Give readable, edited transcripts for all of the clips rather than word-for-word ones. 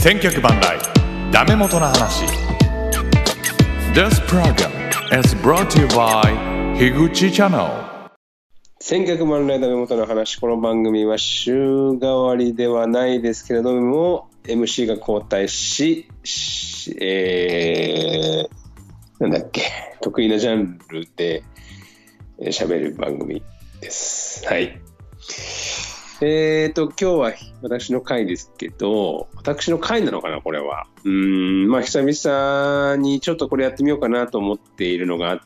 千脚万来ダメ元の話。 This program is brought to you by 樋口チャンネル。 千脚万来ダメ元の話。この番組は週替わりではないですけれども MC が交代し、なんだっけ、得意なジャンルで喋る番組です。はい。今日は私の回ですけど、私の回なのかなこれは。まあ久々にちょっとこれやってみようかなと思っているのがあって、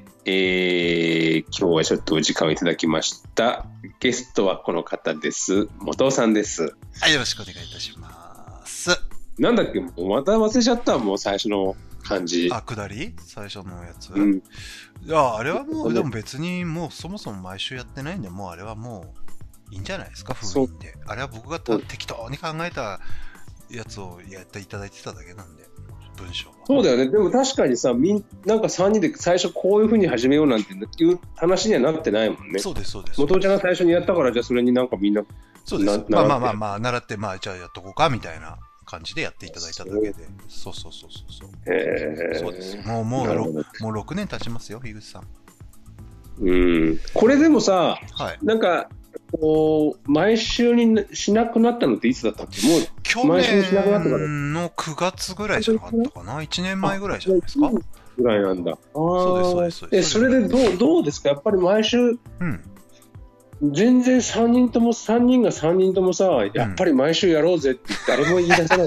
今日はちょっとお時間をいただきました。ゲストはこの方です。元尾さんです。 はい、よろしくお願いいたします。 なんだっけ、もうまた忘れちゃった。もう最初の感じ。 下り最初のやつ。いや、あれはもう、でも別にもうそもそも毎週やってないんで、もうあれはもういいんじゃないですか、封印で。あれは僕が適当に考えたやつをやっていただいてただけなんで、文章は。 そうだよね。でも確かにさ、なんか3人で最初こういう風に始めようなんていう話にはなってないもんね。 そうです、そうです。 元ちゃんが最初にやったから、じゃあそれになんかみんな。 そうです。まあ、習って、まあ、じゃあやっとこうか、みたいな感じでやっていただいただけで。そう。そうです。もう6年経ちますよ、樋口さん。 これでもさ、 はい、 なんかこう毎週にしなくなったのっていつだったっけ？もう去年の9月ぐらいじゃなかったかな。1年前ぐらいじゃないですか。 ぐらいなんだ。 そうです。 それでどうですか？やっぱり毎週、全然3人が3人ともさ、やっぱり毎週やろうぜって誰も言い出さない。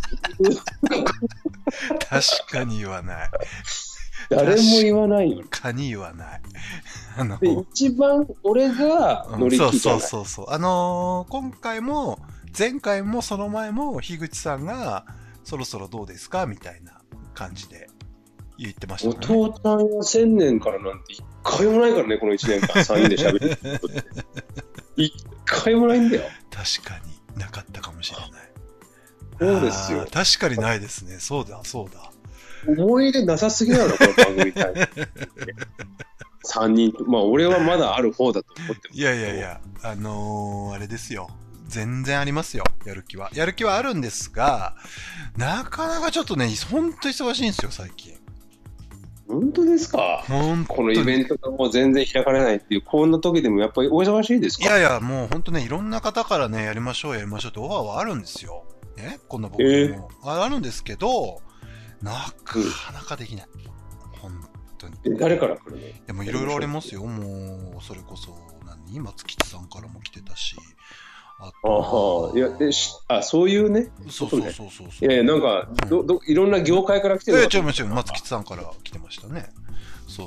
確かに言わない。 誰も言わないよ。 確かに言わない。 で一番俺が乗り気じゃない。 そう。今回も前回もその前も樋口さんがそろそろどうですかみたいな感じで言ってましたね。 お父さんは1000年からなんて一回もないからね、この1年間3人で喋るって一回もないんだよ。 確かになかったかもしれない。 そうですよ。 確かにないですね。そうだ。 思い出なさすぎなの、この番組に対して。3人と、まあ俺はまだある方だと思ってます。 いや、あれですよ。全然ありますよ。やる気はあるんですが、なかなかちょっとね、ほんと忙しいんですよ、最近。 本当ですか？このイベントがもう全然開かれないっていう、こんな時でもやっぱりお忙しいですか？ いや、もうほんとね、いろんな方からね、やりましょうってオファーはあるんですよ。ね、こんな僕も、あるんですけど、なかなかできない。本当に。 誰から来るの？ でもいろいろありますよ。もうそれこそ松吉さんからも来てたし、 そういうね。 そう。 いやなんかいろんな業界から来てる。 違う松吉さんから来てましたね。そう。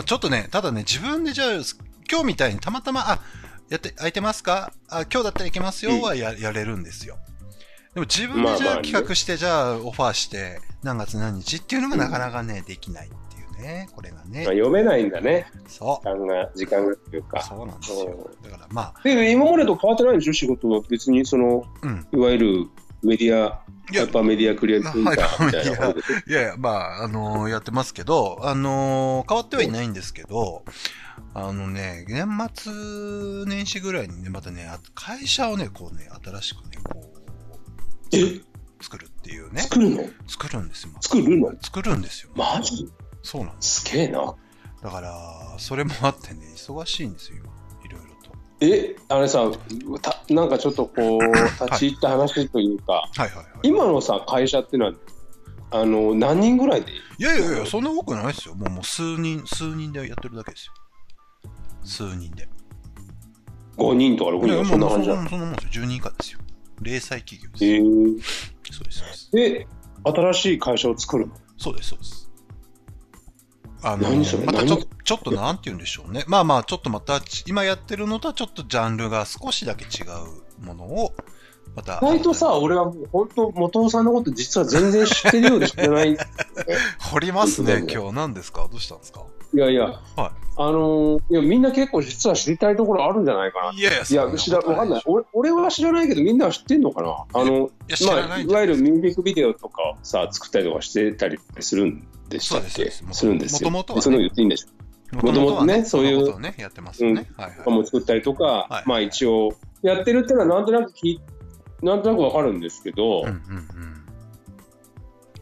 ちょっとね、ただね、自分でじゃあ今日みたいにたまたま空いてますか？今日だったらいけますよはやれるんですよ。でも自分でじゃあ企画して、じゃあオファーして何月何日っていうのがなかなかね、できないっていうね、これがね。 読めないんだね。 そう。 時間がっていうか。 そうなんですよ。だからまあ。 で、今までと変わってないでしょ、仕事は。別にいわゆるメディア、ハイパーメディアクリエイティブみたいな。 いや、まあ、やってますけど、変わってはいないんですけど、年末年始ぐらいにね、またね、会社をね、こうね、新しくね、こう、作るっていうね。 作るの？ 作るんですよ。 作るの？ 作るんですよ。 マジ？ そうなんです。 すげえな。 だから、それもあってね、忙しいんですよ、今。いろいろと。 あれさ、なんかちょっとこう、立ち入った話というか、今のさ、会社ってのは、何人ぐらいで？ いや、そんな多くないですよ。もう数人でやってるだけですよ。数人で。 5人とか6人とかそんな感じだ。 そんなもんですよ。10人以下ですよ。零細企業です。そうです。 で、新しい会社を作るの？ そうです。 何それ？ またちょっとなんて言うんでしょうね。まあ、ちょっとまた、今やってるのとはちょっとジャンルが少しだけ違うものを、また。 意外とさ、俺はもう本当、元尾さんのこと実は全然知ってるようで知ってない。 掘りますね、今日。何ですか？どうしたんですか？ いや、みんな結構実は知りたいところあるんじゃないかな。 いや、 わかんない。俺は知らないけど、みんなは知ってんのかな？いわゆるミュージックビデオとかさ、作ったりとかしてたりするんでしたっけ？するんですよ。 もともとは。 その言っていいんでしょ？もともとね、そういう。 やってますよね。 も作ったりとか、まあ一応、やってるってのはなんとなくわかるんですけど、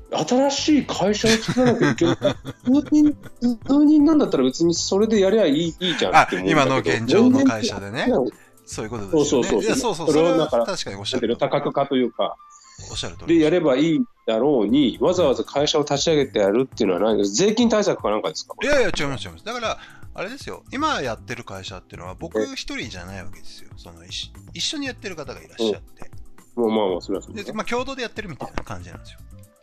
新しい会社を作らなきゃいけない。数人なんだったら別にそれでやりゃいいじゃんって思うんだけど。 今の現状の会社でね。そういうことですよね。 そう。 いやそう。 それはだから確かにおっしゃる。 多角化というか、 おっしゃる通り。 でやればいいだろうに、わざわざ会社を立ち上げてやるっていうのは何ですか？税金対策かなんかですか？ いや、違います。だから、あれですよ。今やってる会社っていうのは僕一人じゃないわけですよ。一緒にやってる方がいらっしゃって。 まあ、それはそうです。 で、共同でやってるみたいな感じなんですよ。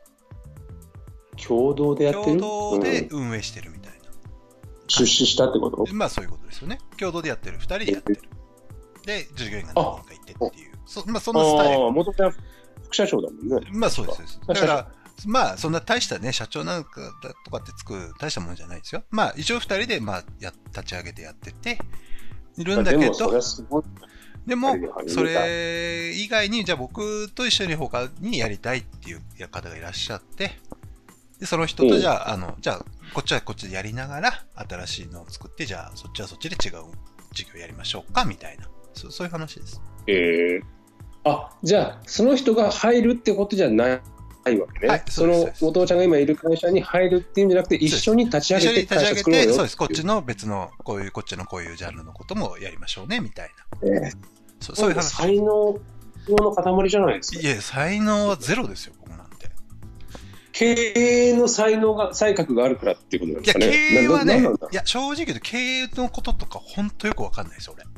共同でやってる？ 共同で運営してるみたいな。 出資したってこと？ まあそういうことですよね。共同でやってる。二人でやってる。で、従業員が何人かいてっていう。まあそんなスタイル。 元々副社長だもんね。 まあそうです。だから、まあそんな大したね、社長なんかとかってつく大したものじゃないですよ。まあ一応二人でまあ立ち上げてやってて、いるんだけど、でも、それ以外に、じゃあ僕と一緒に他にやりたいっていう方がいらっしゃって、で、その人とじゃあ、じゃあ、こっちはこっちでやりながら、新しいのを作って、じゃあ、そっちはそっちで違う事業やりましょうか、みたいな。そういう話です。 じゃあ、その人が入るってことじゃないわけね。はい、その元々ちゃんが今いる会社に入るっていうんじゃなくて、一緒に立ち上げて会社作ろうよ。 そうです。こっちの別の、こっちのこういうジャンルのこともやりましょうね、みたいな。そういう話。 才能の塊じゃないですか。 いや、才能はゼロですよ、僕なんて。 経営の才覚があるからっていうことなんですかね。 いや、経営はね、いや、正直言うと経営のこととか、ほんとよくわかんないですよ、俺。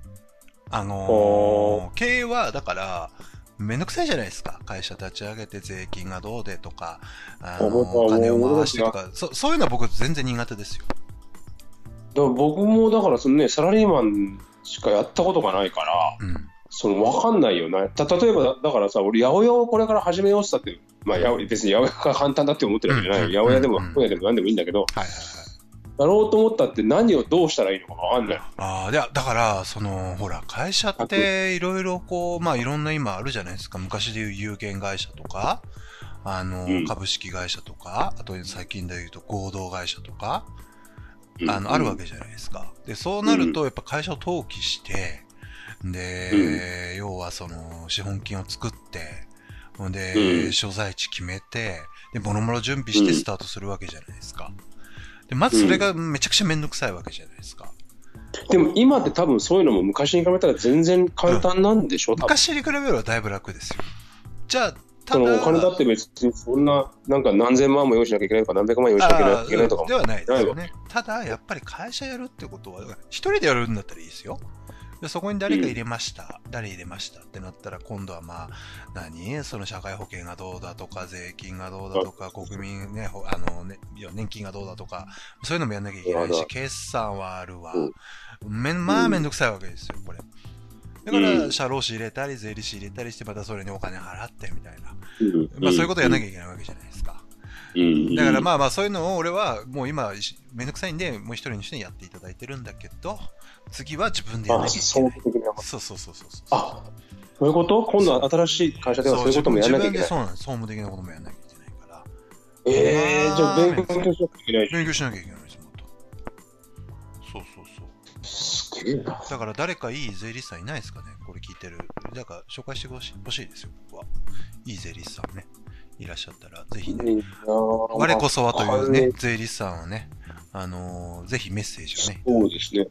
経営は、だから、めんどくさいじゃないですか。会社立ち上げて税金がどうでとか、お金を回してとか、そういうのは僕全然苦手ですよ。 僕もだからサラリーマンしかやったことがないから、分かんないよな。例えばだからさ、俺八百屋をこれから始めようって言ったって、別に八百屋が簡単だって思ってるわけじゃない。八百屋でも本屋でも何でもいいんだけど、やろうと思ったって何をどうしたらいいのか分かんない。 だからほら会社っていろいろいろんな今あるじゃないですか。昔でいう有限会社とか株式会社とか、あと最近でいうと合同会社とかあるわけじゃないですか。でそうなるとやっぱ会社を登記して、で要は資本金を作って、で所在地決めて、でもろもろ準備してスタートするわけじゃないですか。でまずそれがめちゃくちゃめんどくさいわけじゃないですか。 でも今って多分そういうのも昔に比べたら全然簡単なんでしょ。 昔に比べればだいぶ楽ですよ。じゃあお金だって別にそんななんか何千万も用意しなきゃいけないとか何百万用意しなきゃいけないとかではないですよね。ただやっぱり会社やるってことは一人でやるんだったらいいですよ。でそこに誰か入れました、誰入れましたってなったら今度は社会保険がどうだとか税金がどうだとか国民ね年金がどうだとかそういうのもやんなきゃいけないし、決算はあるわ、めんどくさいわけですよこれ。だから社労士入れたり税理士入れたりしてまたそれにお金払ってみたいな、そういうことやんなきゃいけないわけじゃないですか。だからそういうのを俺はもう今めんどくさいんでもう一人の人にやっていただいてるんだけど、次は自分でやらなきゃいけない。そう。 そういうこと？今度は新しい会社ではそういうこともやらなきゃいけない。 そうなんです。総務的なこともやらなきゃいけないから。 じゃあ勉強しなきゃいけない。 勉強しなきゃいけないです。そう。 すげえな。 だから誰かいい税理士さんいないですかね、これ聞いてる。だから紹介してほしいですよ、僕は。いい税理士さんね、いらっしゃったら、ぜひね、我こそはというね、税理士さんをね、ぜひメッセージをね。 そうですね。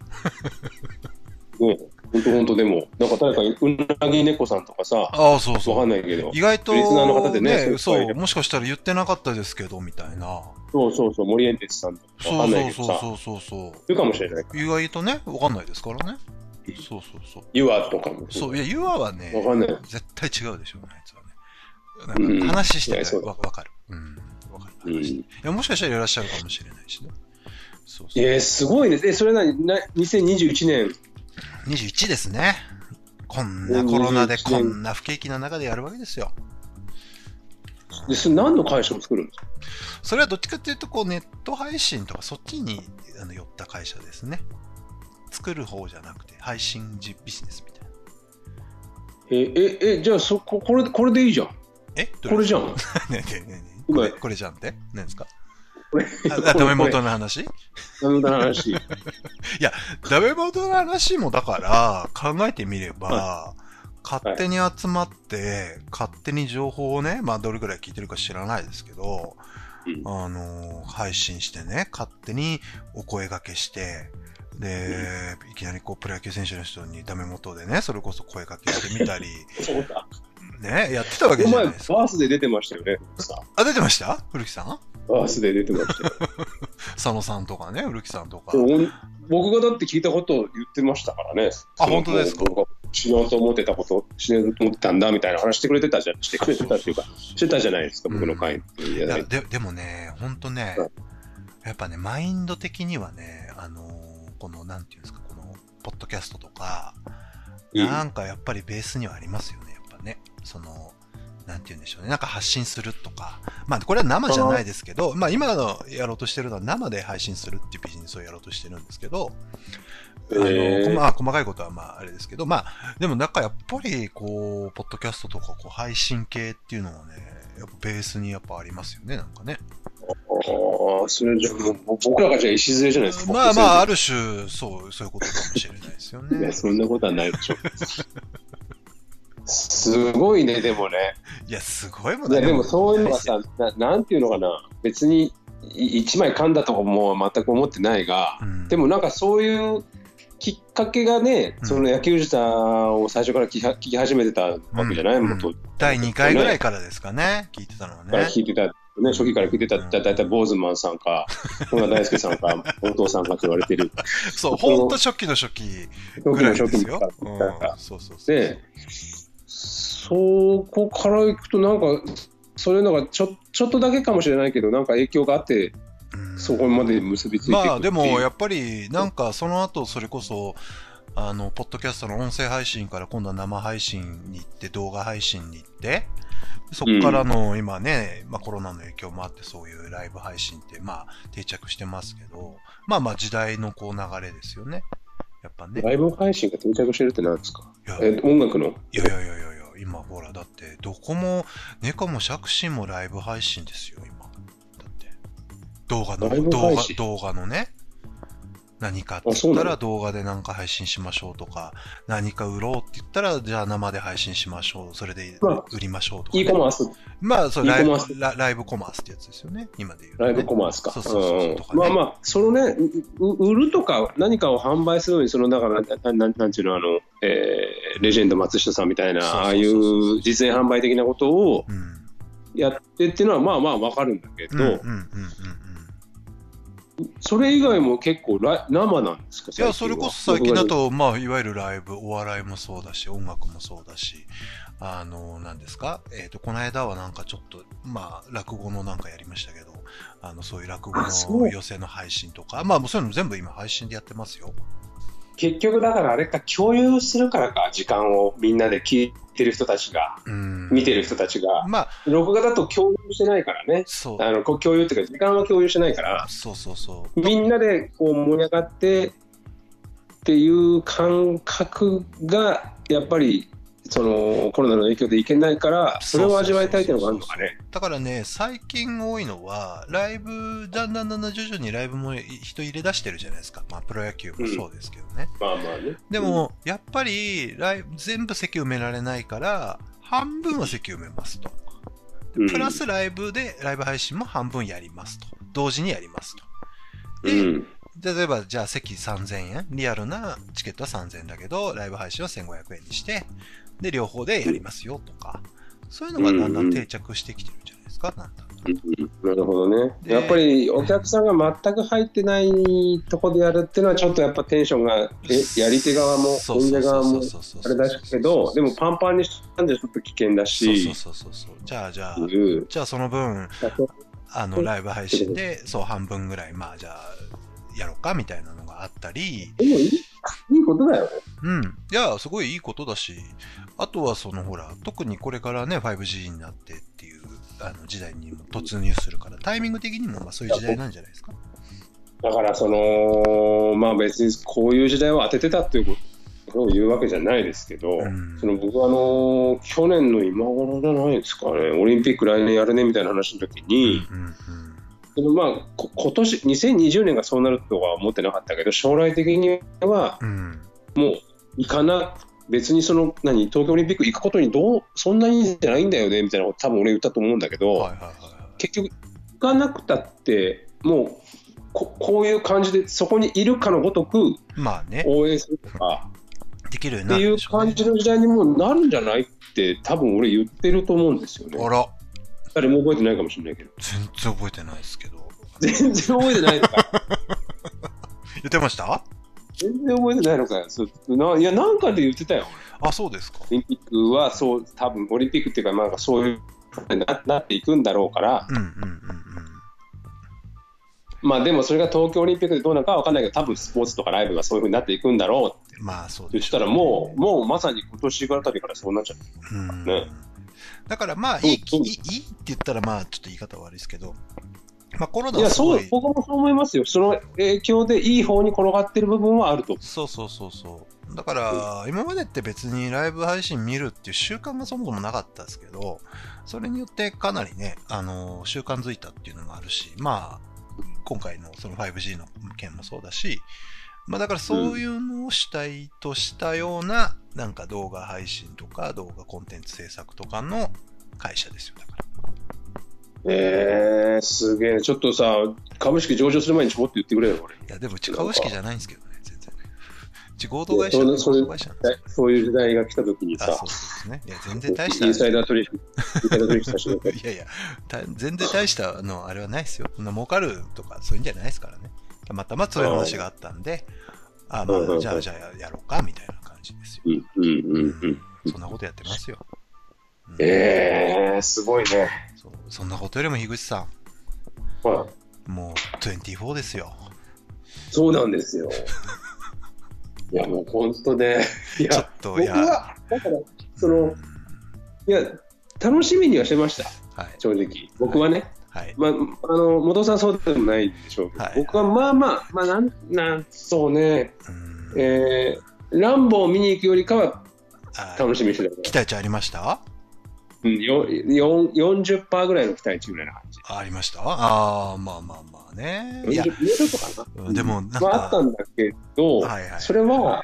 本当でも、なんか誰かうなぎ猫さんとかさ、 そう。 わかんないけど、 意外と、 リスナーの方でね、 もしかしたら言ってなかったですけど、みたいな。 そう、森エンテスさんとかわかんないけどさ、 そう。 言うかもしれないから。 意外とね、わかんないですからね。そう。 ユアとかも。 いや、ユアはね、 わかんない。 絶対違うでしょうね、あいつはね。話しててわかる。わかる。いや、もしかしたらいらっしゃるかもしれないしね。そう。 すごいね。それ2021年。 21ですね。こんなコロナでこんな不景気な中でやるわけですよ。 で、それ何の会社を作るんですか？ それはどっちかというとネット配信とかそっちに寄った会社ですね。作る方じゃなくて配信ビジネスみたいな。 じゃあこれでいいじゃん。これじゃん。 これじゃんって何ですか？ダメ元の話？ ダメ元の話。 いや、ダメ元の話もだから考えてみれば、 勝手に集まって、勝手に情報をね、まあどれくらい聞いてるか知らないですけど、配信してね、勝手にお声掛けして、で、いきなりこうプロ野球選手の人にダメ元でね、それこそ声掛けしてみたり、 そうだ。 ね、やってたわけじゃないですか。 バースで出てましたよね、 あ、出てました古木さん？ バースで出てましたよ。 佐野さんとかね、古木さんとか。 僕がだって聞いたことを言ってましたからね。 あ、本当ですか？ 僕が死のうと思ってたこと、死のうと思ってたんだみたいな話してくれてたっていうか、してたじゃないですか、僕の会に。 でもね、本当ね、やっぱね、マインド的にはね、この、なんていうんですか、この、ポッドキャストとか、なんかやっぱりベースにはありますよね、やっぱね。その、なんて言うんでしょうね。なんか発信するとか。まあ、これは生じゃないですけど、まあ、今のやろうとしてるのは生で配信するっていうビジネスをやろうとしてるんですけど、細かいことはまあ、あれですけど、まあ、でもなんかやっぱり、こう、ポッドキャストとか、こう、配信系っていうのはね、やっぱベースにやっぱありますよね、なんかね。 ああ、それじゃ僕らがじゃあ礎じゃないですか。 まあまあ、ある種、そういうことかもしれないですよね。 いや、そんなことはないでしょ。すごいね、でもね。 いや、すごいもんね。 いや、でもそういうのがさ、なんていうのかな、別に一枚噛んだとかも全く思ってないが、でもなんかそういうきっかけがね、その野球自体を最初から聞き始めてたわけじゃないもんと。 第2回ぐらいからですかね、聞いてたのはね。 聞いてた。ね、初期から聞いてた、だいたいボーズマンさんか、本田大輔さんか、本藤さんかと言われてる。 そう、ほんと初期の初期ぐらいですよ。そう。 で、そこから行くとなんか、そういうのがちょっとだけかもしれないけど、なんか影響があって、そこまで結びついていく。 まあでもやっぱりなんかその後それこそポッドキャストの音声配信から今度は生配信に行って動画配信に行ってそこからの今ね、まあコロナの影響もあってそういうライブ配信ってまあ定着してますけど、まあ時代のこう流れですよね。やっぱね。 ライブ配信が定着してるって何ですか？音楽の？いや今ほらだってどこもネコも杓子もライブ配信ですよ今。動画のね、何かって言ったら動画で何か配信しましょうとか、何か売ろうって言ったらじゃあ生で配信しましょう、それで売りましょうとか、ね。 e コマース。 まあそうライブコマースってやつですよね、今で言う、ね。 ライブコマースか。 そう、 まあそのね、売るとか何かを販売するのにそのだからなんていうのレジェンド松下さんみたいなああいう実演販売的なことをやってっていうのはまあわかるんだけど。それ以外も結構生なんですか？ いや、それこそ最近だと、まあ、いわゆるライブ、お笑いもそうだし、音楽もそうだし、何ですか？この間はなんかちょっと、まあ、落語のなんかやりましたけど、そういう落語の寄せの配信とか、まあ、そういうの全部今配信でやってますよ。 結局だからあれか、共有するからか、時間をみんなで聞いてる人たちが、見てる人たちが、まあ、録画だと共有してないからね。 そう。 共有っていうか、時間は共有してないから、 そう。 みんなでこう盛り上がってっていう感覚が、やっぱり、そのコロナの影響でいけないから、それを味わいたいっていうのがあるのかね。 だからね、最近多いのは、ライブ、だんだん徐々にライブも人入れ出してるじゃないですか。まあ、プロ野球もそうですけどね。 まあね。 でも、やっぱり、全部席埋められないから、半分は席埋めますと。プラスライブ配信も半分やりますと。同時にやりますと。で、例えば、じゃあ席3000円、リアルなチケットは3000円だけど、ライブ配信は1500円にして、で、両方でやりますよとか、そういうのがだんだん定着してきてるんじゃないですか、なんだなるほどね。やっぱりお客さんが全く入ってないとこでやるっていうのは、ちょっとやっぱテンションが、やり手側も、演者側もあれだけど、でもパンパンにしたんでちょっと危険だし。 そう。じゃあその分、ライブ配信で、そう、半分ぐらい、まあじゃあ、やろうかみたいなのがあったり。 でもいいことだよね。 いや、すごいいいことだし、あとはほら、特にこれからね、5G になってっていう時代にも突入するから、タイミング的にもまあそういう時代なんじゃないですか。 だからまあ別にこういう時代を当ててたっていうことを言うわけじゃないですけど、僕は去年の今頃じゃないですかね、オリンピック来年やるねみたいな話の時に、まあ、今年2020年がそうなるとは思ってなかったけど、将来的にはもう行かな別に東京オリンピック行くことにそんなにいいんじゃないんだよねみたいなこと多分俺言ったと思うんだけど、 はいはいはいはい、 結局行かなくたってもうこういう感じでそこにいるかのごとく応援するとか、 できるようにっていう感じの時代にもうなるんじゃないって多分俺言ってると思うんですよね。 あら、 誰も覚えてないかもしれないけど。 全然覚えてないですけど。 全然覚えてないのか。 言ってました？ 全然覚えてないのかよ。いや、なんかで言ってたよ。 あ、そうですか。 オリンピックは多分オリンピックっていうか、まあそういうなっていくんだろうから。 うんうんうんうん。 まあでもそれが東京オリンピックでどうなるかは分かんないけど、多分スポーツとかライブがそういう風になっていくんだろうって。 まあそうでしょうね。そしたらもうまさに今年あたりからそうなっちゃう。ね。 だからまあいいって言ったらまあちょっと言い方悪いですけど、まあコロナはすごい。いや、 僕もそう思いますよ。その影響でいい方に転がってる部分はあると。 そう。だから、今までって別にライブ配信見るっていう習慣がそもそもなかったですけど、それによってかなりね、習慣づいたっていうのもあるし、まあ、今回のその 5G の件もそうだし、まあだからそういうのを主体としたような、なんか動画配信とか動画コンテンツ制作とかの会社ですよ、だから。 すげえ。ちょっとさ、株式上場する前にちょこっと言ってくれよ、これ。 いや、でもうち株式じゃないんですけどね、全然。うち合同会社なんですよ。 そういう時代が来た時にさ。 そうですね。いや、全然大した。 インサイダー取引させていやいや、全然大したあれはないですよ。儲かるとかそういうんじゃないですからね。たまたまそういう話があったんで、まあ、じゃあやろうかみたいな感じですよ。そんなことやってますよ。 すごいね。 そんなことよりも樋口さん、 はい、 もう24ですよ。 そうなんですよ。いやもう本当ね。いやちょっと僕はだからいや楽しみにはしてました。はい、正直僕はね。はい、まあ元さんそうでもないでしょうけど、はい、僕はまあそうね。ランボーを見に行くよりかは楽しみにしてた。 期待値ありました？ 40% ぐらいの期待値ぐらいな感じ。 ありました？まあね。 いや、40%かな。 でもなんか、 あったんだけど、それは、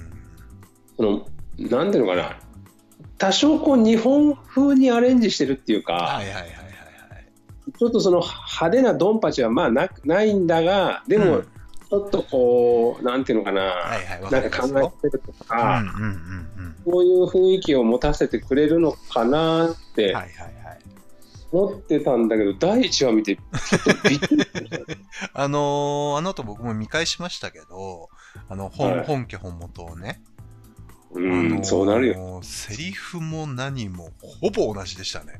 なんていうのかな、多少日本風にアレンジしてるっていうか、ちょっとその派手なドンパチはまあないんだが、でも、ちょっとなんていうのかな、なんか考えてるとか、こういう雰囲気を持たせてくれるのかなって思ってたんだけど、第1話見てちょっとびっくりしたね。 あの後僕も見返しましたけど、本家本元をね。 そうなるよ。 セリフも何もほぼ同じでしたね。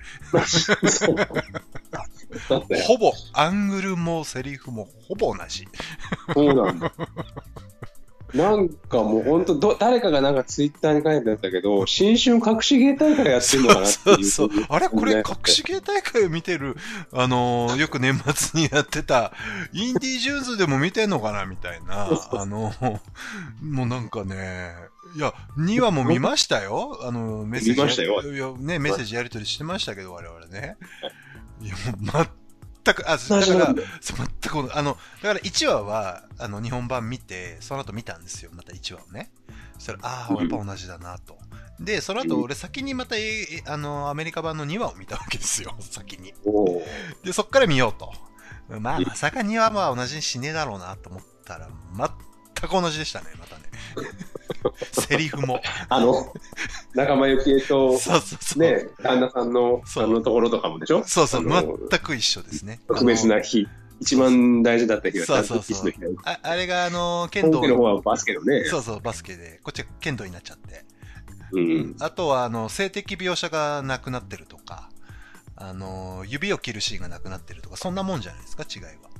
ほぼアングルもセリフもほぼ同じ。 そうなんだ。なんかもう本当誰かがなんかツイッターに書いてあったけど、新春隠し芸大会やってるのかなっていう。 そうあれこれ隠し芸大会を見てるよく年末にやってたインディ・ジューンズでも見てんのかなみたいなもうなんかね、いや2話も見ましたよ。メッセージ見ましたよ。 いやねメッセージやり取りしてましたけど我々ね。いやもう全く、だから全くだから1話は、日本版見て、その後見たんですよ。また1話をね。そしたら、やっぱ同じだなと。で、その後、俺先にまた、アメリカ版の2話を見たわけですよ。先に。で、そっから見ようと。まさか2話は同じにしねえだろうなと思ったら、全く同じでしたね、またね。セリフも。 仲間由紀恵と、 ね、 旦那さんの、ところとかもでしょ？ そう、全く一緒ですね。 特別な日。一番大事だった日は、 そう。あれが、剣道。 本家の方はバスケのね。 そう、バスケで、こっちは剣道になっちゃって。あとは、性的描写がなくなってるとか、指を切るシーンがなくなってるとか、そんなもんじゃないですか、違いは。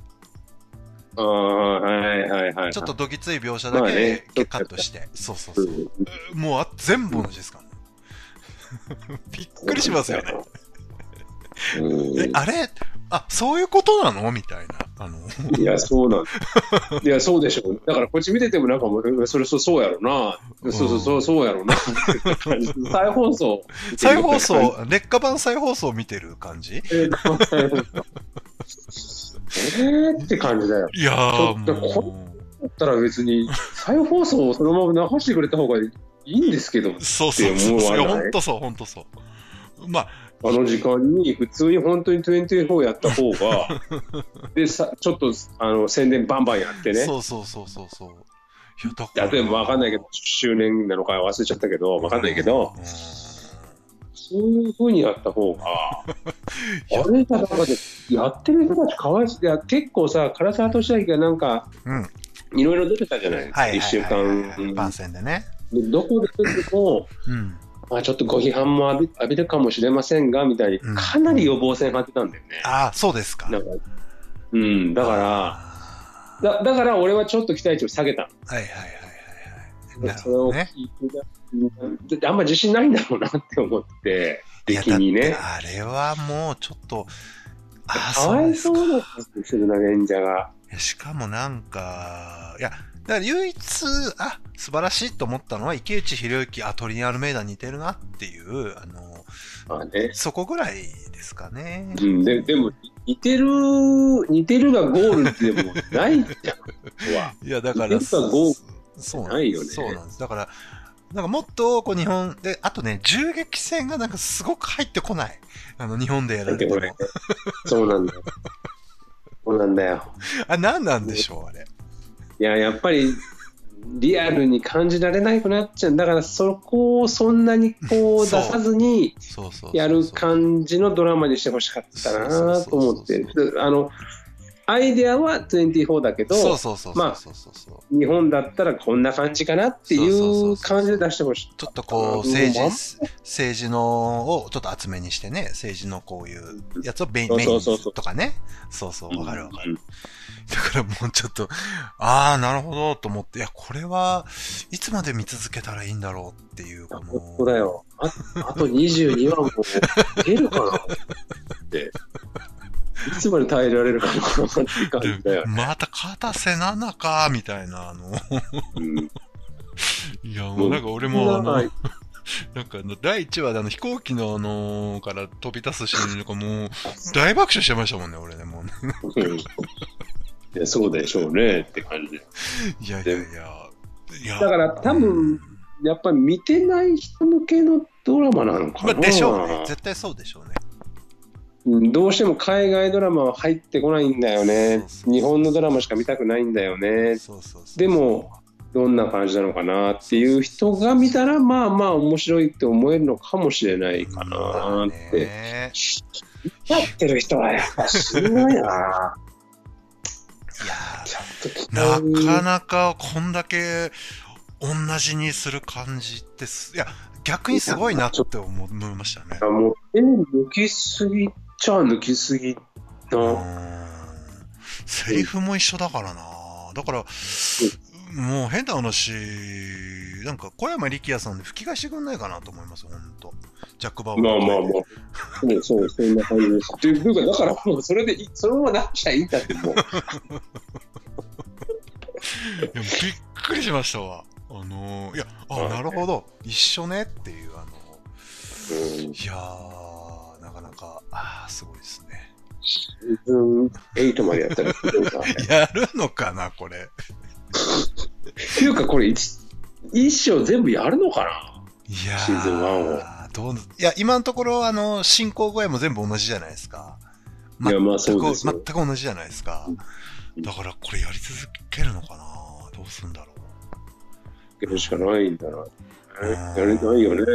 はい。 ちょっとどぎつい描写だけカットして。そう。もう全部同じですからね。びっくりしますよね。あれそういうことなのみたいな。 いや、そうなんいや、そうでしょう。だからこっち見ててもなんかもう、そうやろな。そうやろな。再放送、 劣化版再放送見てる感じ？ って感じだよ。 いやー、 もう。だったら別に、再放送をそのまま流してくれた方がいいんですけど、 そうそうそう。いや、 って思わないほんとそう、ほんとそう。まあ、 あの時間に普通に本当に24やった方が、でさ、ちょっと宣伝バンバンやってね。 そうそうそうそうそう。いや、だから。 例えばわかんないけど、10周年なのか忘れちゃったけど、わかんないけど、そういう風にやった方が、あれがなんかで、やってる人たちかわいそう。いや、結構さ、唐沢俊明がなんか、 うん。 いろいろ出てたじゃないですか、 はい。 1週間。 番宣でね。 でどこで出ても、 うん。 まあ、ちょっとご批判も浴びるかもしれませんが、みたいに、 うんかなり予防線張ってたんだよね。 ああ、そうですか。 なんかだからだから俺はちょっと期待値を下げた。 はいはいはいはいはい。なるそれをほどね。 聞いてあんま自信ないんだろうなって思って、出来にね。 あれはもうちょっと、 かわいそうだったするな、演者が。 しかもなんか、いや、だから唯一、素晴らしいと思ったのは、池内博之、トリニアルメイダー似てるなっていう、 まあね。 そこぐらいですかね。 うん、でも、似てるがゴールってでもないじゃん。 いや、だから、 似てるがゴールそうないよね。 そうなんです。だから、なんかもっと、こう日本で、あとね、銃撃戦がなんかすごく入ってこない。日本でやられても。 そうなんだよ。そうなんだよ。 何なんでしょう、あれ。 いや、やっぱり、リアルに感じられなくなっちゃう。だからそこをそんなにこう出さずにやる感じのドラマにしてほしかったなと思って。アイデアは24だけど、まあ、日本だったらこんな感じかなっていう感じで出してほしい。 ちょっとこう、政治のをちょっと厚めにしてね、政治のこういうやつをメインとかね。そうそう、わかるわかる。だからもうちょっと、なるほどと思って、いや、これはいつまで見続けたらいいんだろうっていう、この。 本当だよ。あと22話も出るかなって。いつまで耐えられるかなって感じだよ、ね。 また片瀬奈々か、みたいな、いや、もうなんか俺もなんか第1話で飛行機のから飛び出すシーンとかもう大爆笑してましたもんね、俺ね、もうね。 いや、そうでしょうねって感じで。 いや。 だから多分、やっぱり見てない人向けのドラマなのかな。 でしょうね。絶対そうでしょうね。 どうしても海外ドラマは入ってこないんだよね。日本のドラマしか見たくないんだよね。でも、どんな感じなのかなっていう人が見たら、まあまあ面白いって思えるのかもしれないかなって。やってる人はやっぱすごいな。 いやなかなかこんだけ同じにする感じっていや、逆にすごいなって思いましたね。 もう抜きすぎちゃ抜きすぎな。 セリフも一緒だからな。だから、もう変な話、なんか小山力也さんで吹き替えしてくんないかなと思います、ほんと。ジャック・バウアー。 まあ。そう、そんな感じです。っていうか、だからもうそれで、そのままなっちゃいいんだってもう。 いや、びっくりしましたわ。いや、なるほど。一緒ねっていう、いやー、なかなか、すごいですね。 シーズン8までやったらやるのかな、これ。 っていうか、これ一章全部やるのかな。 いやー、 シーズン1を。 いや、今のところ、進行具合も全部同じじゃないですか。 いや、まあそうですよ。 全く同じじゃないですか。だから、これやり続けるのかな。どうすんだろう。 やるしかないんだな。やれないよね。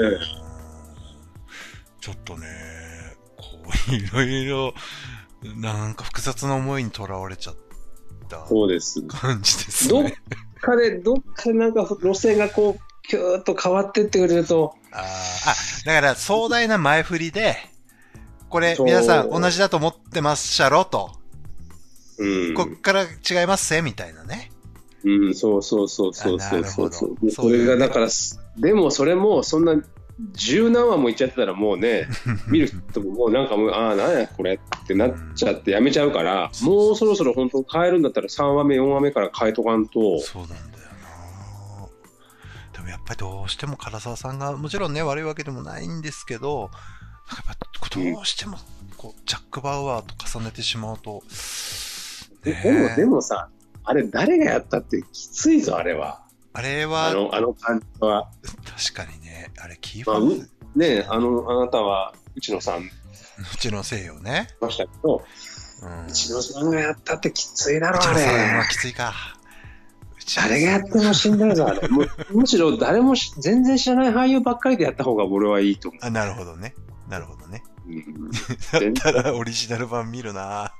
ちょっとね、こう、いろいろ、なんか複雑な思いにとらわれちゃったそうです感じですね。 どっかなんか路線がこう、キューッと変わってってくれると。 だから壮大な前振りで、これ皆さん同じだと思ってますしゃろと。こっから違いますせみたいなね。 そう。それがだから、でもそれもそんな十何話もいっちゃってたらもうね、見る人ももうなんかもう、なんやこれってなっちゃってやめちゃうから、もうそろそろ本当変えるんだったら3話目、4話目から変えとかんと。 そうなんだよな。でもやっぱりどうしても唐沢さんが、もちろんね、悪いわけでもないんですけど、やっぱどうしてもこうジャック・バウアーと重ねてしまうと、 でもさ、あれ誰がやったってきついぞ、あれは。 あれは、 あの感じは。 確かにね、あれキーまあ、 ファーズ、 ね、あなたは内野さんうちのせいよね。 ましたけど、内野さんがやったってきついだろ、あうちのさんはれ。 きついか。 誰がやってもしんどいぞ、あれ。むしろ誰も全然知らない俳優ばっかりでやった方が俺はいいと思う。 あ、なるほどね。なるほどね。 うん、 だったらオリジナル版見るな。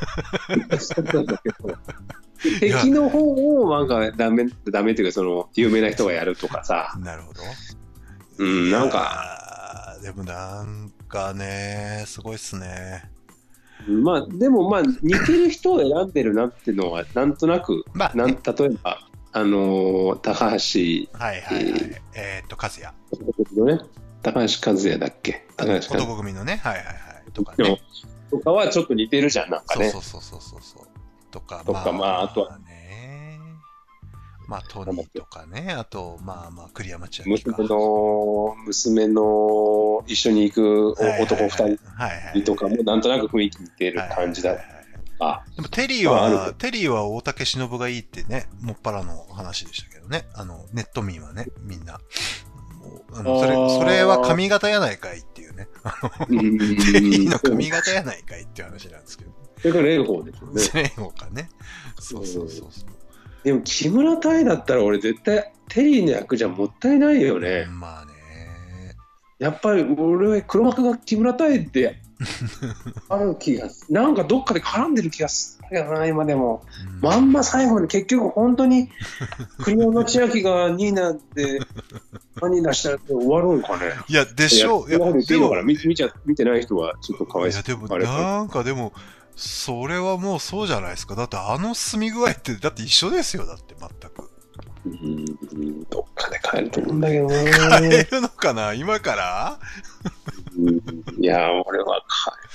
敵の方をなんかダメっていうか、その有名な人がやるとかさ。 なるほど。 うん、なんか。 でもなんかね、すごいっすね。 まあ、でもまあ、似てる人を選んでるなっていうのは、なんとなく、 まあ、ね、 例えば、高橋、 はいはいはい。和也。 ね、高橋和也だっけ、高橋男組のね、はいはいはい。とかね。 とかはちょっと似てるじゃん、なんかね。 そう。とか、 まあ、あとはね。まあ、トニーとかね。あと、まあ、栗山千明か。 娘の一緒に行く男2人とかも、なんとなく雰囲気似てる感じだ。 でもテリーは大竹しのぶがいいってね、もっぱらの話でしたけどね。ネット民はね、みんな。それは髪型やないかいっていうね。テリーの髪型やないかいっていう話なんですけど。 それから蓮舫ですよね。 蓮舫かね。そう。 でも木村多江だったら俺絶対テリーの役じゃもったいないよね。 まあね。 やっぱり俺は黒幕が木村多江ってある気がなんかどっかで絡んでる気がするよな今でも、まんま最後に結局本当に栗山千明がニーナで何出したら終わるんかね。 いやでしょう。いやでも見てない人はちょっとかわいそう。 いやでもなんかでもそれはもうそうじゃないですか。だって住み具合ってだって一緒ですよ。だって全く。 どっかで帰ると思うんだけどね。 帰るのかな今から？ いや俺は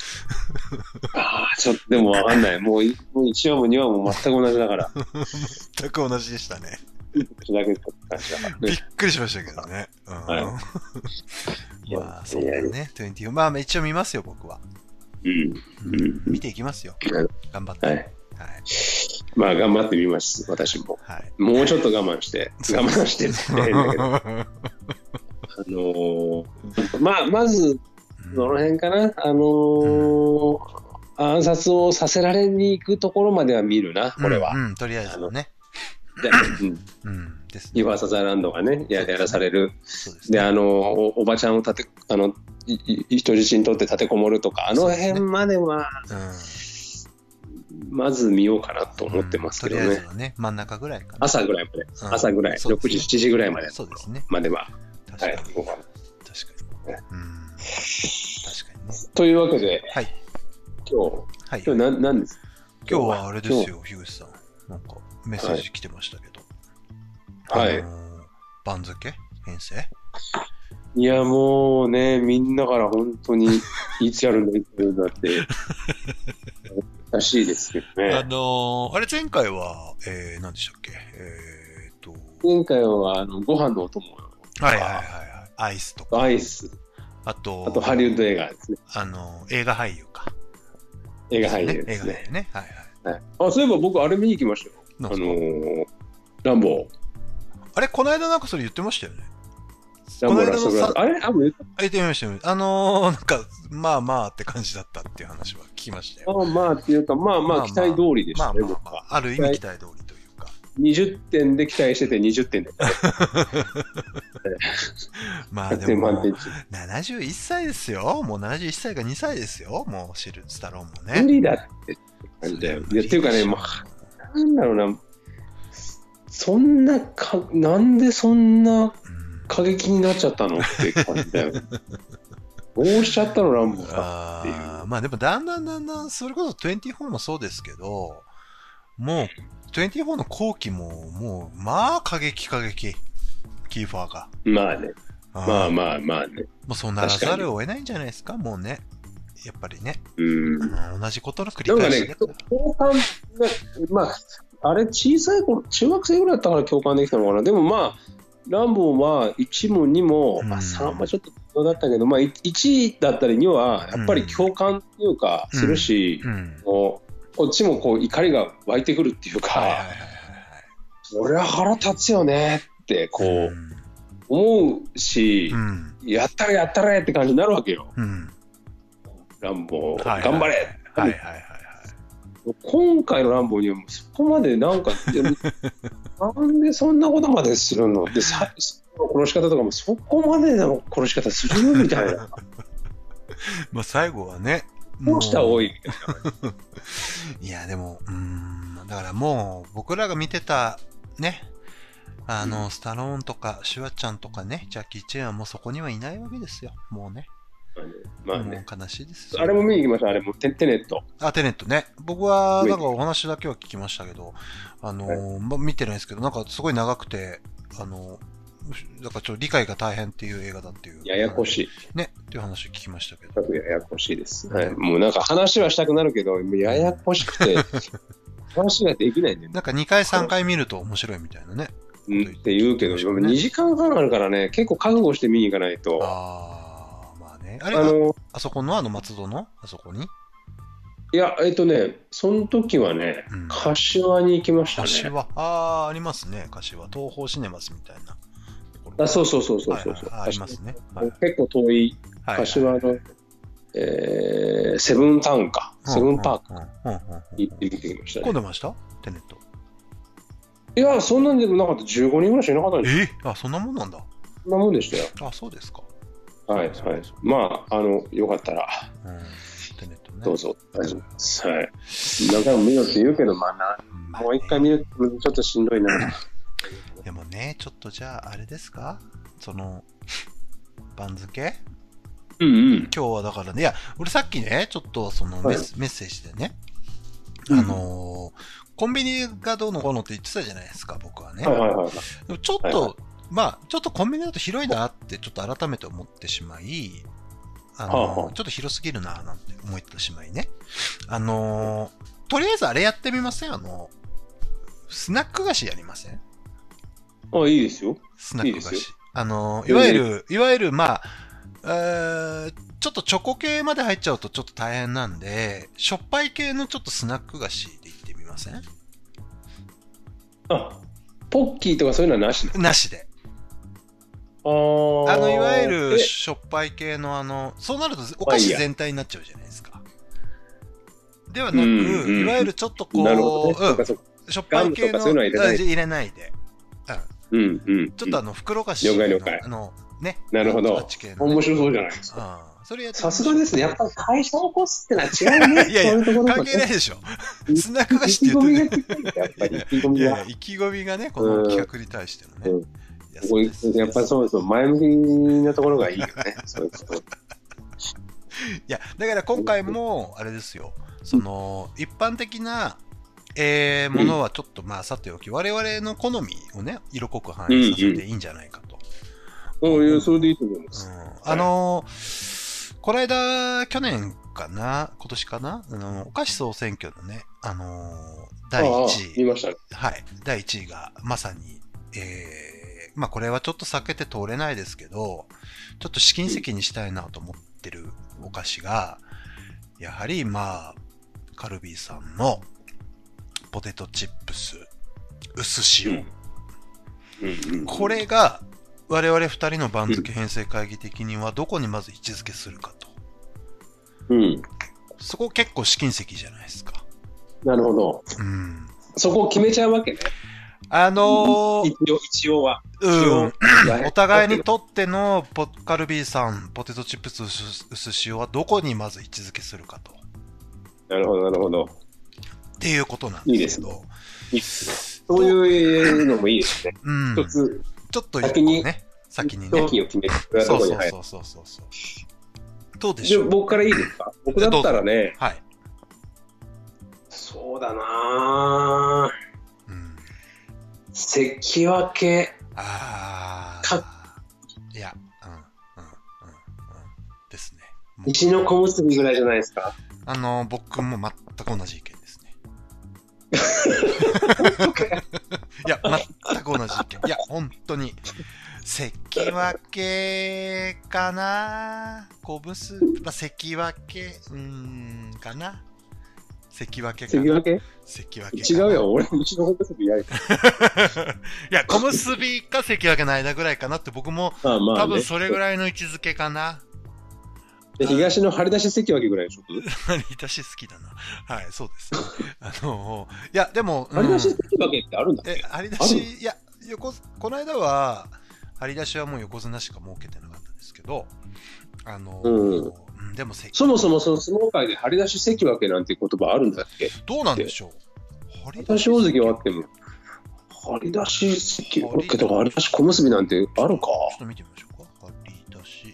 ちょっとでもわかんない。もう1話も2話も全く同じだから。 全く同じでしたね。びっくりしましたけどね。まあそうだね。24まあ一応見ますよ僕は。見ていきますよ。頑張って。はい。 まあ頑張ってみます。私も。もうちょっと我慢してって変だけど。まずどの辺かな。暗殺をさせられに行くところまでは見るな。これは。 とりあえずね。 ユバーサザーランドがねやらされる。でおばちゃんを人質にとって立てこもるとかあの辺までは。まず見ようかなと思ってますけどね。 とりあえずはね、真ん中ぐらいかな。 朝ぐらいまで。朝ぐらい。6時、7時ぐらいまで。 そうですね。 までは。 確かに。確かに。確かにね。 というわけで、 今日何ですか？ 今日はあれですよ、樋口さん。なんかメッセージ来てましたけど。 はい。 番付編成？ いやもうね、みんなから本当にいつやるんだってらしいですけどね。 あれ前回は、何でしたっけ？ 前回はご飯のお供。 はい。アイスとか。 アイス。あとハリウッド映画ですね。 映画俳優か。 映画俳優ですね。 映画俳優ね。はい。 そういえば僕あれ見に行きましたよ。ランボー。 あれこの間なんかそれ言ってましたよね。 ランボーラストグラス。あれ言ってみましたよ。なんか、まあって感じだったっていう話は聞きましたよ。 まあっていうか、まあ期待通りでしたね、僕は。 ある意味期待通りというか。 20点で期待してて20点で。 まあでも、71歳ですよ。もう71歳か2歳ですよ。もうスタローンもね。 無理だって感じだよ。っていうかね、なんだろうな、なんでそんな過激になっちゃったのって感じだよ。どうしちゃったのランボーさんっていう。 まあでもだんだんそれこそ24もそうですけど、もう24の後期ももうまあ過激キーファーが。 まあね。まあね。 もうそうならざるを得ないんじゃないですかもうね。やっぱりね。同じことの繰り返し。 なんかね、共感がまああれ小さい頃中学生ぐらいだったから共感できたのかな。でもまあランボーは1も2も、3はちょっとどうだったけど、まあ、1だったり2はやっぱり共感っていうかするし、こっちもこう怒りが湧いてくるっていうか、それは腹立つよねってこう、思うし、やったれやったれって感じになるわけよ。ランボー、 はいはい、 頑張れ、 はいはいはいはい。 今回のランボーにはそこまでなんかなんでそんなことまでするので、殺し方とかもそこまでの殺し方するみたいな。 まあ最後はね、 どうしたら多いみたいな。 いやでもだからもう僕らが見てたね、スタローンとかシュワちゃんとかね、ジャッキー・チェンはもうそこにはいないわけですよ。もうね。 まあね、 もう悲しいですよ。 あれも見に行きました。あれもテネット。 テネットね。僕はなんかお話だけは聞きましたけど、見てないですけど、なんかすごい長くて、だからちょっと理解が大変っていう映画だっていう。 ややこしい。 ね、っていう話を聞きましたけど。 ややこしいです。はい。もうなんか話はしたくなるけど、ややこしくて、話ができないんだよね。 なんか2回3回見ると面白いみたいなね。 って言うけど、2時間半あるからね、結構覚悟して見に行かないと。 まあね。あそこの松戸のあそこにいや、その時はね、柏に行きましたね。 柏、ありますね、柏。東宝シネマスみたいな。 そう。 ありますね。 結構遠い、柏の、セブンタウンか。セブンパーク。行ってきましたね。 混んでましたテネット。 いや、そんなんでもなかった。15人ぐらいしかいなかったんですよ。そんなもんなんだ。 そんなもんでしたよ。 そうですか。 はい。まあ、よかったら。 テネットね。 どうぞ。大丈夫です。はい。何回も見ろって言うけど、もう一回見るとちょっとしんどいな。 でもね、ちょっとじゃあ、あれですか番付今日はだからね、いや、俺さっきね、ちょっとメッセージでね、コンビニがどうのこうのって言ってたじゃないですか、僕はね。でもちょっと、ちょっとコンビニだと広いなって、ちょっと改めて思ってしまい、ちょっと広すぎるななんて思ってしまいね。とりあえずあれやってみません？スナック菓子やりません？ いいですよ。 スナック菓子。いわゆる、ちょっとチョコ系まで入っちゃうとちょっと大変なんで、しょっぱい系のちょっとスナック菓子でいってみません？ ポッキーとかそういうのはなしなしで。いわゆるしょっぱい系のそうなるとお菓子全体になっちゃうじゃないですか。ではなく、いわゆるちょっとこう、しょっぱい系の入れないで。ちょっと袋菓子のね。 なるほど。面白そうじゃないですか。さすがですね。やっぱり会社を起こすってのは違うね。 いや、関係ないでしょ。スナック菓子って言ってね。いや、意気込みがね、この企画に対してのね。 やっぱりそうですよ。前向きなところがいいよね。そういうこと。 いや、だから今回も、あれですよ。一般的な、ものはちょっとさておき、我々の好みをね、色濃く反映させていいんじゃないかと。 それでいいと思います。 この間、去年かな、今年かな、お菓子総選挙のね、第1位。 見ましたね。 はい。第1位が、まさに、これはちょっと避けて通れないですけど、ちょっと試金石にしたいなと思ってるお菓子が、やはりカルビーさんのポテトチップス薄塩。これが、我々2人の番付編成会議的にはどこにまず位置づけするかと。そこ結構試金石じゃないですか。 なるほど。そこを決めちゃうわけね。一応は。 お互いにとってのカルビーさんポテトチップス薄塩はどこにまず位置づけするかと。 なるほど、なるほど。 っていうことなんですけど。 いいですね。そういうのもいいですね。一つ。 ちょっと先にね。 先を決めて、 そう。どうでしょう。 僕からいいですか？僕だったらね。 はい。 そうだなぁ。関脇。 いや、ですね。 西の小結ぐらいじゃないですか？ 僕も全く同じ意見ですね。いや、全く同じ意見。いや、本当に。関脇かな、小結、関脇、かな。 関脇か。 関脇関脇か。 違うよ、俺、うちの小結びやる。 いや、小結びか関脇の間ぐらいかなって僕も、 まあまあね、 多分それぐらいの位置づけかな。 で東の張り出し関脇ぐらいでしょ。 張り出し好きだな。はい、そうです。いや、でも、 張り出し関脇ってあるんだっけ？ 張り出し、いや、この間は、張り出しはもう横綱しか設けてなかったですけど、でもそもそもその相撲界で張り出し関脇なんて言葉あるんだっけ？ どうなんでしょう。 張り出し大関はあっても、張り出し関脇とか張り出し小結びなんてあるか？ ちょっと見てみましょうか。張り出し。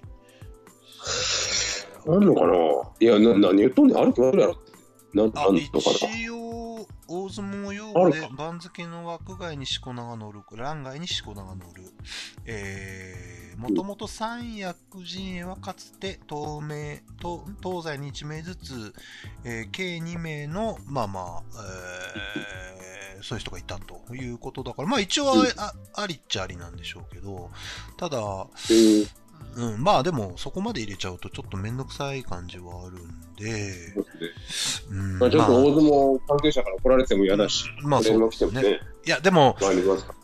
あんのかな。いや、何言っとんねん。あるとあるやろ。なんのかな。 一応、大相撲用語で番付の枠外にしこ名が乗る、欄外にしこ名が乗る。もともと三役陣営はかつて東西に1名ずつ、計2名の、そういう人がいたということだから、まあ一応ありっちゃありなんでしょうけど、ただ、まあでもそこまで入れちゃうとちょっとめんどくさい感じはあるんで、 まあちょっと大相撲関係者から来られても嫌だし、 まあそうですね。いやでも、小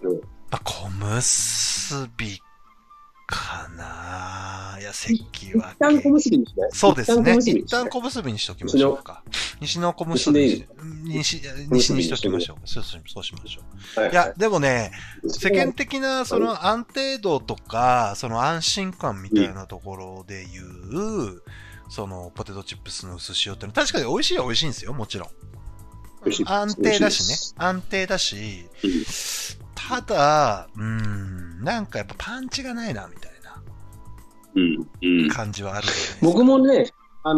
結びかな。いや関脇。 一旦小結びにしない？ そうですね。一旦小結びにしときましょうか。西の小結び西にしときましょう。そうしましょう。いやでもね、世間的なその安定度とかその安心感みたいなところで言う、そのポテトチップスの薄塩ってのは確かに美味しいは美味しいんですよ、もちろん。安定だしね。安定だし。ただ、なんかやっぱパンチがないなみたいな感じはある、 僕もね、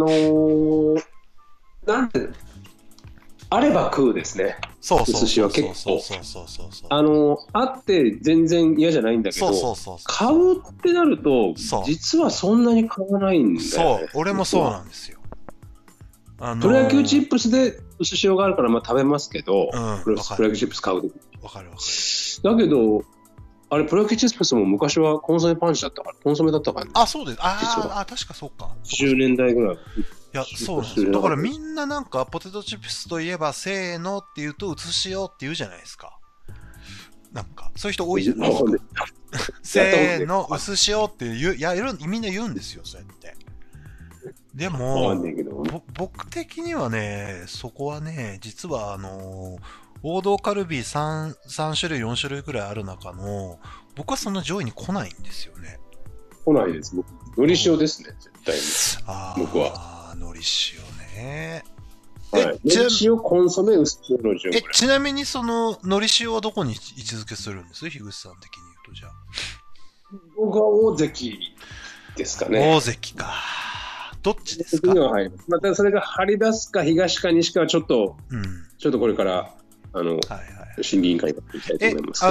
なんてあれば食うですね。 そう寿司は結構あって全然嫌じゃないんだけど、買うってなると実はそんなに買わないんだよね。 そう、俺もそうなんですよ。 プロ野球チップスで寿司があるからまあ食べますけど、プロ野球チップス買うとき。 わかる。 だけど、あれプロ野球チップスも昔はコンソメパンチだったから、コンソメだったからね。 あ、そうです。確かそうか。 10年代ぐらい。 いや、そうなんですよ。だからみんななんかポテトチップスといえばせーのって言うと薄塩って言うじゃないですか。なんか、そういう人多いじゃないですか。せーの、薄塩ってみんな言うんですよ、そうやって。でも、僕的にはね、そこはね、実は王道カルビ3種類、4種類くらいある中の、僕はそんな上位に来ないんですよね。 来ないです。僕、のり塩ですね、絶対に。僕は。 のり塩ね。 のり塩、コンソメ、薄塩の順。 ちなみにその、のり塩はどこに位置づけするんです樋口さん的に言うと、じゃあ。 僕は大関ですかね。 大関か。どっちですか？ またそれが張り出すか東か西かはちょっとこれから審議委員会に行きたいと思います。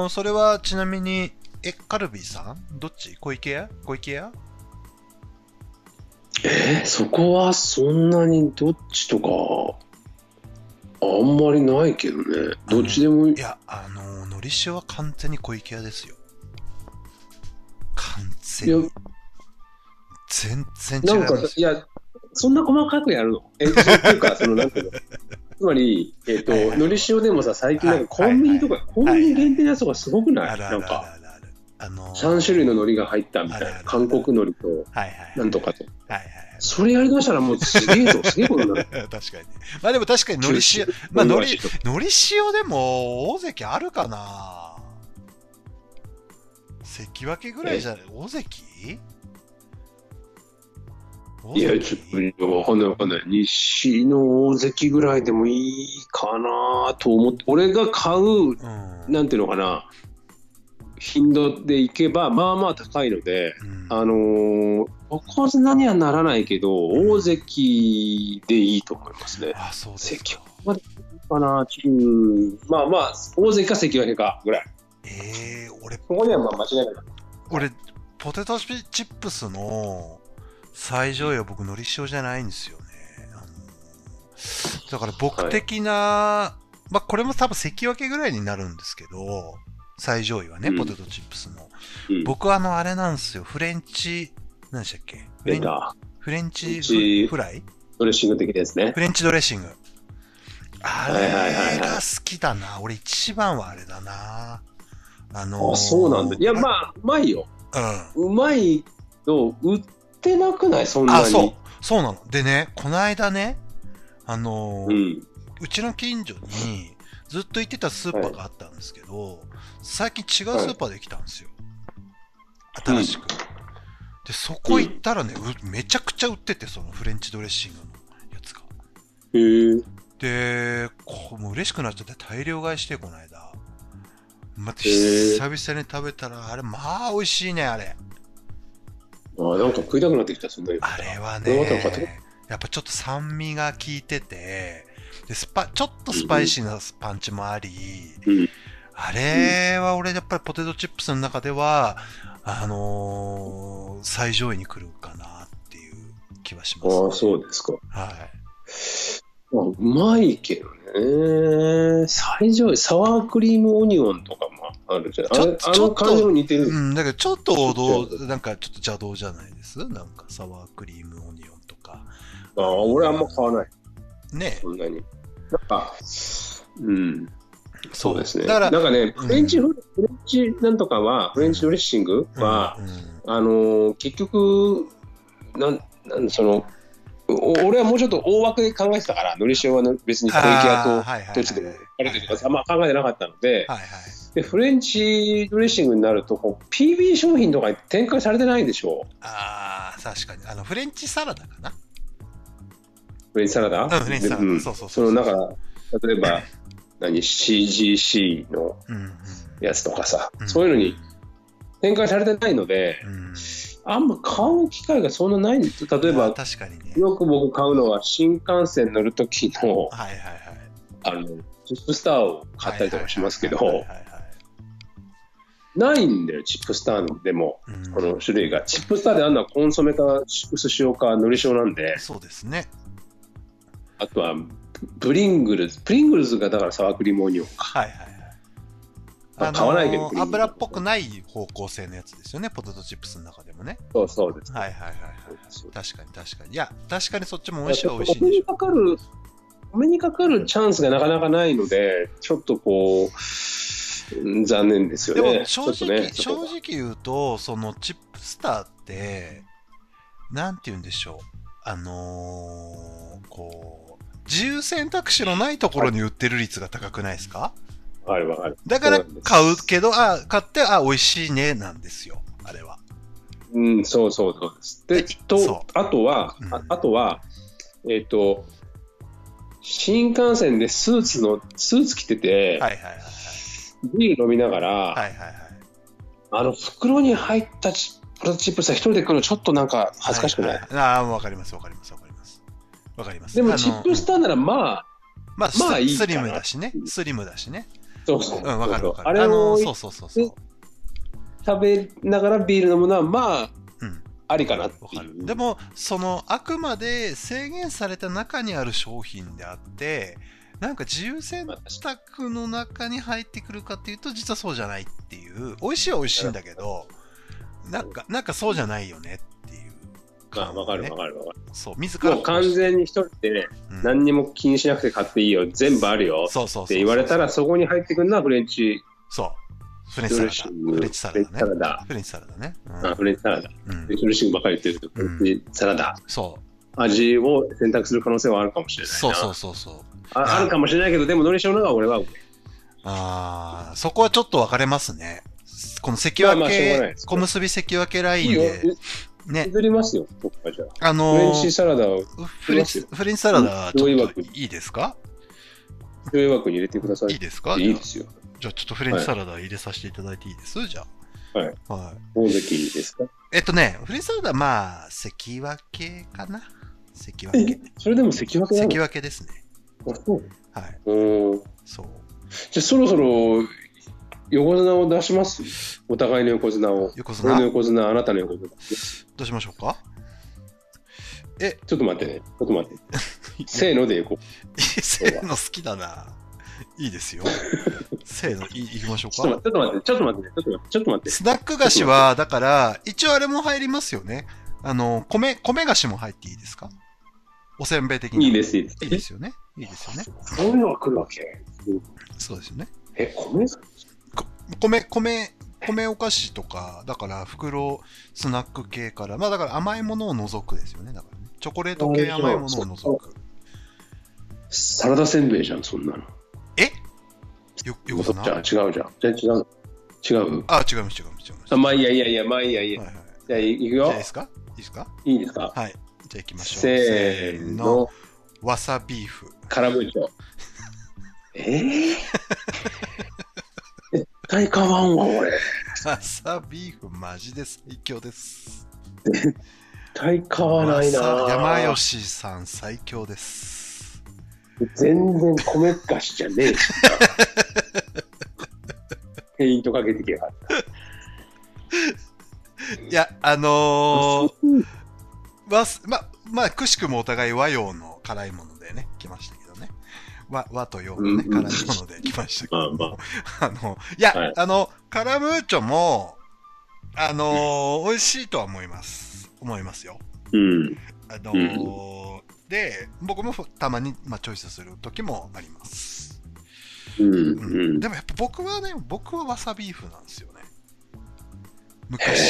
それはちなみにカルビーさんどっち？小池屋？ そこはそんなにどっちとかあんまりないけどね。どっちでもいやのり塩は完全に小池屋ですよ。完全に。全然違う。 なんか、いや、そんな細かくやるの？っていうか、なんていうの？つまり、のり塩でもさ、最近なんかコンビニとか、コンビニ限定のやつがすごくない？なんか、3種類の海苔が入ったみたいな。韓国海苔と、なんとかと。それやりだしたらもうすげえことになる。 確かに。まあでも確かにのり塩、まあのり塩でも大関あるかな？関脇ぐらいじゃない？大関？ いや、ちょっとわかんない。西の大関ぐらいでもいいかなと思って、俺が買う、なんていうのかな、頻度でいけば、まあまあ高いので、横綱にはならないけど、大関でいいと思いますね。 あ、そうですか。 関脇までいいかな、まあまあ、大関か関脇かぐらい。ここにはまあ間違いない。 俺、ポテトチップスの、最上位は僕のり塩じゃないんですよね。だから僕的な、まあこれも多分関脇ぐらいになるんですけど、最上位はね、ポテトチップスの。僕はあれなんですよ、フレンチ、何でしたっけ？フレンチフライ？ ドレッシング的ですね。 フレンチドレッシング。 あはいはいはいはいれが好きだな。俺一番はあれだな。 そうなんだ。いや、まあ、うまいよ。 うん。 うまいと、売ってなくないそんなに。 そうなの。でね、この間ね、 うん。 うちの近所にずっと行ってたスーパーがあったんですけど、最近違うスーパーで来たんですよ。新しく。で、そこ行ったらね、めちゃくちゃ売ってて、そのフレンチドレッシングのやつが。 へえ。 で、もう嬉しくなっちゃって大量買いして、この間。また久々に食べたら、あれ、まあ美味しいね、あれ。 なんか食いたくなってきた、そんなに。 あれはこれまた買ってね、やっぱちょっと酸味が効いてて、でちょっとスパイシーなパンチもあり、 うん。 あれは俺やっぱりポテトチップスの中では、最上位に来るかなっていう気はします、ね。 ああ、そうですか。 はい。 うまいけどね。最上位、サワークリームオニオンとかもあるじゃん。 ちょっと感じも似てる。 うん、だけどちょっとなんかちょっと邪道じゃないですなんかサワークリームオニオンとか。 俺あんま買わない。 ね。 そんなに。なんか、うん。そうですね。 だからなんかね、フレンチなんとかは、フレンチドレッシングは、結局、俺はもうちょっと大枠で考えてたから、のり塩は別に小池屋とどっちでもあるとかあんま考えてなかったので、でフレンチドレッシングになるとPB 商品とか展開されてないでしょ。 ああ、確かに。フレンチサラダかな。 フレンチサラダ？ フレンチサラダ。そう。 なんか、例えば、CGC のやつとかさ、そういうのに展開されてないので、あんま買う機会がそんなないんです。例えば、 確かにね、 よく僕買うのは新幹線乗るときの、チップスターを買ったりとかしますけど、ないんだよ、チップスターでも、この種類が。チップスターであるのはコンソメか薄塩かのり塩なんで、 そうですね。 あとはプリングルズがだからサワークリームオニオンか。買わないけど、 油っぽくない方向性のやつですよね、ポテトチップスの中でもね。 そうです。 確かに。いや、確かにそっちも美味しいんでしょ。 お目にかかるチャンスがなかなかないので、ちょっと残念ですよね。 でも正直言うと、そのチップスターって、なんて言うんでしょう。自由選択肢のないところに売ってる率が高くないですか？ わかる。 だから買うけど、買って、美味しいね、なんですよ、あれは。 そうです。で、あとは、新幹線でスーツ着てて、ビール飲みながら、袋に入ったポテトチップスは一人で来るのちょっとなんか恥ずかしくない？ わかります。 でもチップスターならまあいいかな。 スリムだしね。 そう。 わかる。 あれをそう。 食べながらビール飲むのはまあ、ありかなっていう。 でもあくまで制限された中にある商品であって、なんか自由選択の中に入ってくるかっていうと実はそうじゃないっていう。美味しいは美味しいんだけど、なんかそうじゃないよねっていう。 わかる。 そう、自らもう完全に一人で何にも気にしなくて買っていいよ、全部あるよって言われたら、そこに入ってくるのはフレンチ。 そう。フレンチサラダね。フレンチサラダ。 フレンチサラダ。ドレッシングばかり言ってると、フレンチサラダ。 そう。 味を選択する可能性はあるかもしれないな。 そう。 あるかもしれないけど、でものり塩のが俺は。 そこはちょっと分かれますね。この関脇、小結び関脇ラインで。ね。 譲りますよ、僕はじゃあ。フレンチサラダを。 フレンチサラダ、ちょっといいですか？ 上位枠に入れてください。 いいですか？ いいですよ。 じゃあちょっとフレンチサラダ入れさせていただいていいです？じゃあ。 はい。大関ですか？ フレンチサラダ関脇かな？関脇。 それでも関脇なの？ 関脇ですね。 そう。 はい。そう。 じゃあそろそろ横綱を出します？お互いの横綱を。俺の横綱、あなたの横綱。 どうしましょうか？ ちょっと待ってね。せーのでいこう。 せーの好きだな。いいですよ。せーの、いきましょうか。 ちょっと待って。 スナック菓子は、だから、一応あれも入りますよね。米菓子も入っていいですか？おせんべい的に。 いいです。 いいですよね。 いいですよね。 そういうのが来るわけ。 そうですよね。 米米お菓子とか、だから袋スナック系から、まあだから甘いものを除くですよね。だからね。チョコレート系甘いものを除く。 サラダせんべいじゃん、そんなの。 よくな。 じゃあ違うじゃん。違う。 あ、違います。 まあいいや、まあいいや。 はいはい。 じゃあ行くよ。 じゃあいいですか？ いいですか？ はい。じゃあ行きましょう。 せーの。 わさビーフ。 カラムーチョ。絶対買わんわ、俺。 わさビーフマジで最強です。 絶対買わないな。 山吉さん最強です。 全然米菓子じゃねえし。ペイントかけてきやがった。 いや、まあ、くしくもお互い和洋の辛いものでね、来ましたけどね。和と洋のね、辛いもので来ましたけども。いや、はい、カラムーチョも、美味しいとは思いますよ。 うん。 で、僕もたまに、チョイスする時もあります。でもやっぱ僕はわさビーフなんですよね。昔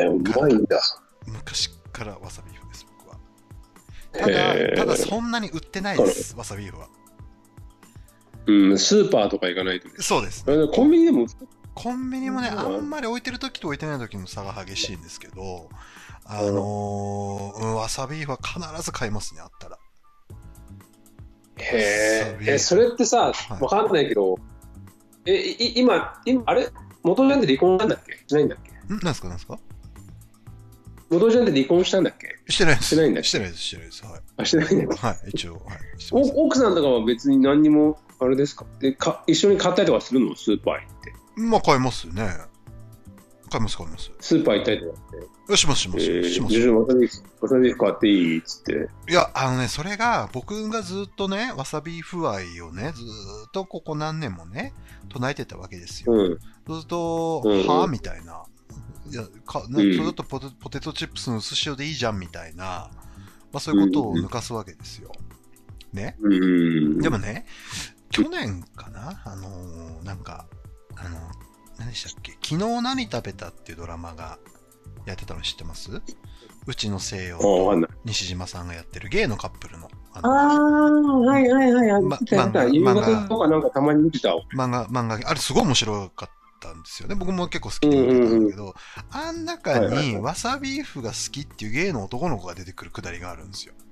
からわさビーフです、僕は。ただそんなに売ってないです、わさビーフは。 スーパーとか行かないと。 そうです。 コンビニでもコンビニもね、あんまり置いてる時と置いてない時の差が激しいんですけど、わさビーフは必ず買いますね、あったら。 それってさ、わかんないけど、今、あれ元ちゃんって離婚なんだっけ？しないんだっけ？ なんですか元ちゃんって離婚したんだっけ？ してないです。 してないんだっけ？ してないです。はい。 してないんだ。 はい、一応。はい。 奥さんとかは別に何にも、あれですか？一緒に買ったりとかするの？スーパー行って。 まあ、買いますね。買います。 スーパー行ったりとかって。 します。 わさビーフ買っていいっつって。 いや、それが、僕がずっとね、わさビーフ愛をね、ずっとここ何年もね、唱えてたわけですよ。ずっと、はぁみたいな。いや、それだとポテトチップスの薄塩でいいじゃんみたいな、そういうことを抜かすわけですよ。ね。でもね、去年かな何でしたっけ？昨日何食べたっていうドラマがやってたの知ってます？うちの西洋と西島さんがやってるゲイのカップルの。 はい。漫画とかなんかたまに見てた。 漫画、あれすごい面白かったんですよね。僕も結構好きで見てたんだけど、あん中にわさビーフが好きっていうゲイの男の子が出てくるくだりがあるんですよ。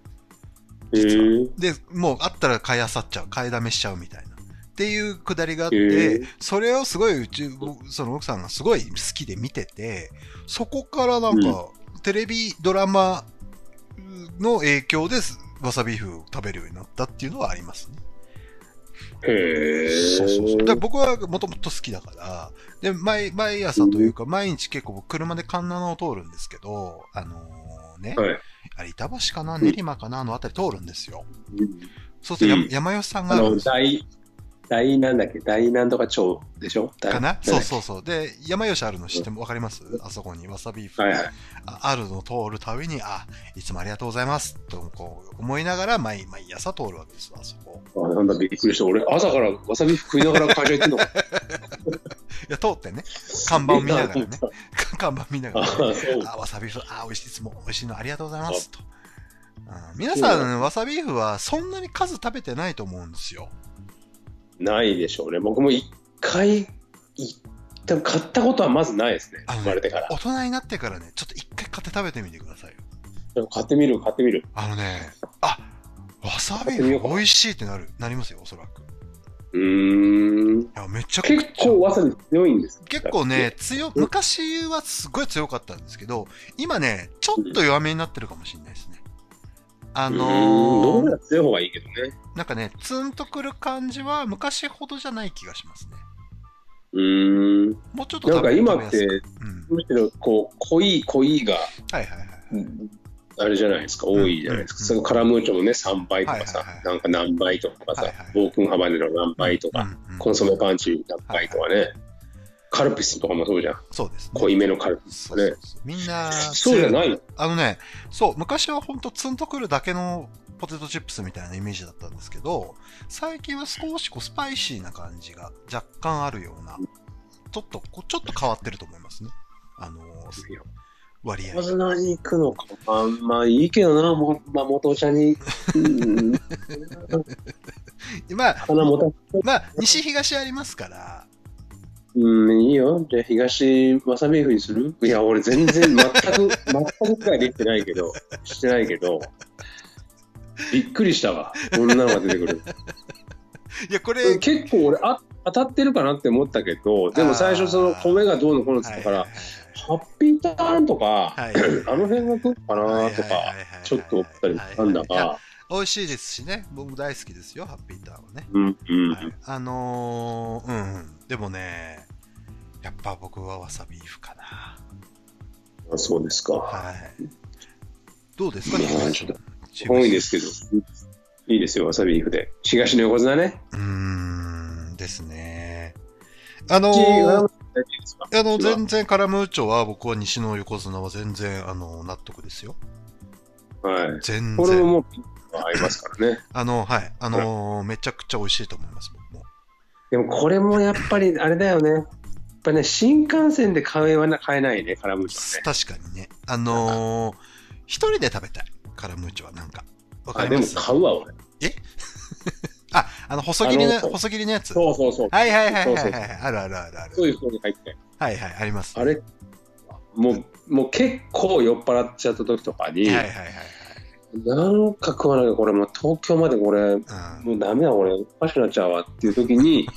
で、もうあったら買いあさっちゃう、買いだめしちゃうみたいな。っていうくだりがあって、それをすごいその奥さんがすごい好きで見てて、そこからなんか、テレビドラマの影響でわさビーフを食べるようになったっていうのはありますね。そうで僕はもともと好きだから、で毎朝というか毎日結構車で環七を通るんですけど、ね、あれ板橋かな練馬かなあたり通るんですよ。そうすると山吉さんが大なんとか町でしょかな？そう。で、山吉あるの知ってもわかります？あそこにわさビーフあるの通るたびに、いつもありがとうございますとこう思いながら毎朝通るわけです、あそこ。 なんだびっくりした。俺、朝からわさビーフ食いながら会社行ってんのか。 いや、通ってね、看板を見ながらね、わさビーフ、美味しい、いつも美味しいのありがとうございますと。皆さん、わさビーフはそんなに数食べてないと思うんですよ。 ないでしょうね。僕も一回買ったことはまずないですね。生まれてから。 大人になってからね、ちょっと一回買って食べてみてくださいよ。 買ってみる。 わさビーフ美味しいってなりますよ、おそらく。いやめちゃくちゃ結構わさび強いんです。 結構ね、昔はすごい強かったんですけど、今ね、ちょっと弱めになってるかもしれないですね。 どうやって強い方がいいけどね。 なんかね、ツンとくる感じは昔ほどじゃない気がしますね。もうちょっとなんか今って、むしろこう濃いが、あれじゃないですか、多いじゃないですか。そのカラムーチョのね、3倍とかさ、なんか何倍とかさ、暴君ハバネロ何倍とか、コンソメパンチ何倍とかね。カルピスとかもそうじゃん。 そうですね。 濃いめのカルピスとかね。 みんな、 そうじゃないの？ そう、昔はほんとツンとくるだけのポテトチップスみたいなイメージだったんですけど、最近は少しこうスパイシーな感じが若干あるような、ちょっと変わってると思いますね。割合。 横綱に行くのか。まあいいけどな、元茶に。 まあ、 花もたまあ、西東ありますから。 いいよ。じゃあ東わさビーフにする？いや、俺全然全く理解できてないけど、してないけど、びっくりしたわ。こんなのが出てくる。 いや、これ結構俺当たってるかなって思ったけど、でも最初その米がどうのこうのって言ったから、ハッピーターンとか、あの辺が来るかなとか、ちょっと思ったりしたんだが。 美味しいですしね。僕大好きですよ、ハッピーターンはね。でもね、やっぱ僕はわさビーフかな。 あ、そうですか。 はい。どうですかね。 ちょっと多いですけど、いいですよ、わさビーフで。東の横綱ね。 ですね。全然カラムーチョは僕は西の横綱は全然納得ですよ。 はい。 全然。 これももう合いますからね。 めちゃくちゃ美味しいと思います、僕も。 でもこれもやっぱりあれだよね。やっぱね、新幹線で買えないね、カラムーチョはね。 確かにね。一人で食べたい、カラムーチョはなんか。わかります？ でも買うわ、俺。 細切りのやつ。 そう。 はい。ある。 そういう風に入って。 はい、あります。 あれ、もう結構酔っ払っちゃった時とかに、なんか食わなきゃこれもう東京までこれ、もうダメだこれおかしくなっちゃうわっていう時に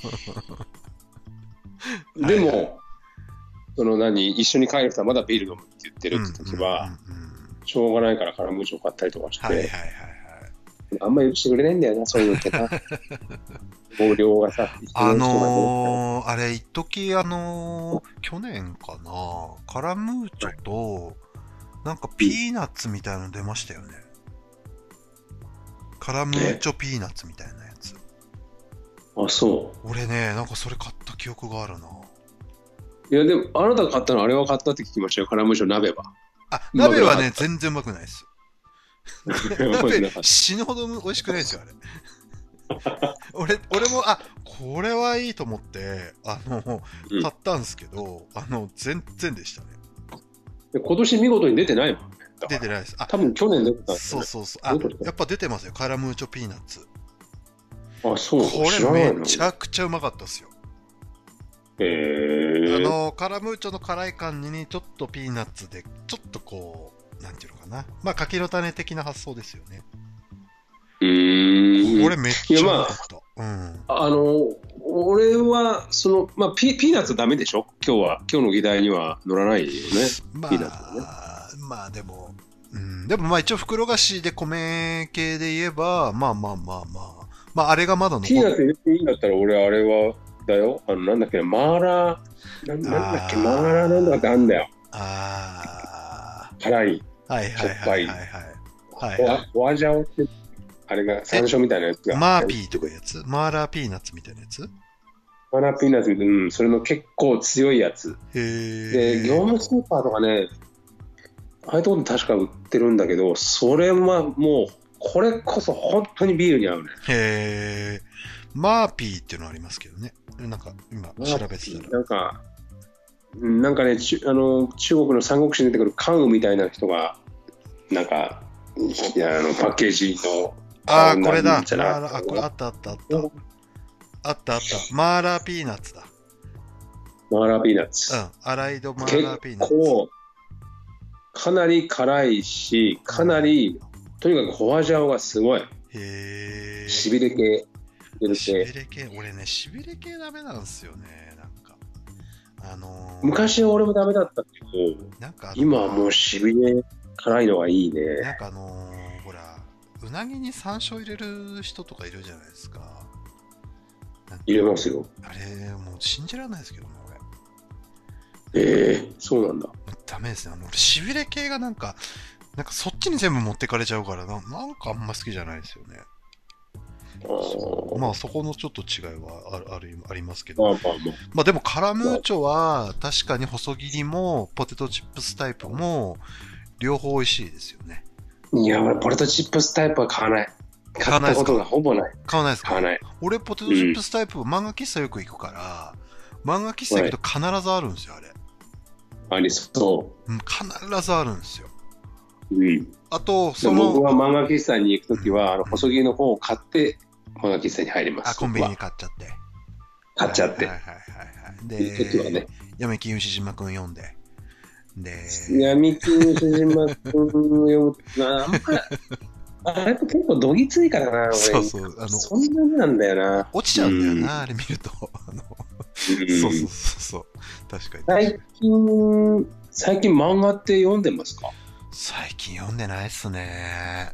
でも一緒に帰る人はまだビール飲むって言ってるって時はしょうがないからカラムーチョ買ったりとかして、あんまり許してくれないんだよな、そういうのってな。同僚がさ、 あれ一時去年かな、カラムーチョとなんかピーナッツみたいなの出ましたよね。カラムーチョピーナッツみたいなやつ。 あ、そう。 俺ね、なんかそれ買った記憶があるな。 いや、でも、あなたが買ったの、あれは買ったって聞きましたよ、カラムーチョ鍋は。 鍋はね、全然うまくないです。鍋、死ぬほど美味しくないですよ、あれ。俺も、これはいいと思って、買ったんですけど、全然でしたね。 今年見事に出てないもんね。 出てないです。 多分去年出てたんですね。そう。やっぱ出てますよ、カラムーチョピーナッツ。 あ、そう。 これめちゃくちゃうまかったですよ。カラムーチョの辛い感じにちょっとピーナッツで、ちょっとこう、なんていうのかな。まあ、柿の種的な発想ですよね。これめっちゃうまかった。 俺はピーナッツダメでしょ。今日の議題には乗らないよね。ピーナッツはね。 まあでも一応袋菓子で米系で言えばまああれがまだ残る。 ピーナッツ入れていいんだったら俺あれはだよ。なんだっけマーラーなんだかってあんだよ。辛い。しょっぱい。ホワジャオってあれが山椒みたいなやつが。 マーピーとかいうやつ？マーラーピーナッツみたいなやつ？ マーラーピーナッツ、それの結構強いやつ。で、業務スーパーとかね、ああいうところで確か売ってるんだけど、それはもう、これこそ本当にビールに合うね。 マーピーっていうのありますけどね。なんか今調べてたら。 なんかね、中国の三国志に出てくる関羽みたいな人が、なんか、パッケージの。 これだ。これあった。マーラーピーナッツだ。 マーラーピーナッツ。 アライドマーラーピーナッツ。 結構、かなり辛いし、とにかくホワジャオがすごい。しびれ系。 俺ね、しびれ系ダメなんですよね。なんか。 昔は俺もダメだったけど、今はもうしびれ辛いのがいいね。 なんかほら、うなぎに山椒入れる人とかいるじゃないですか。 入れますよ。 あれ、もう信じられないですけどね、 俺。そうなんだ。 ダメですね。俺、しびれ系がなんかそっちに全部持ってかれちゃうから、なんかあんま好きじゃないですよね。まあ、そこのちょっと違いはありますけど。まあでも、カラムーチョは、確かに細切りも、ポテトチップスタイプも、両方美味しいですよね。 いや、俺、ポテトチップスタイプは買わない。買ったことがほぼない。 買わないですか？ 買わない。 俺、ポテトチップスタイプ、漫画喫茶よく行くから、漫画喫茶行くと必ずあるんですよ、あれ。 ありそ必ずあるんですよ。 う。うん。 あと、 僕は漫画喫茶に行くときは、細切りの方を買って、漫画喫茶に入ります。 コンビニに買っちゃって。 買っちゃって。 で、 時はね。 闇金牛島くん読んで。で、 闇金牛島くんを読む。あれ結構どぎついからな、俺。 そうそう。 そんななんだよな。 落ちちゃうんだよな、あれ見ると。そう。確かに。 最近漫画って読んでますか？ 最近読んでないっすね。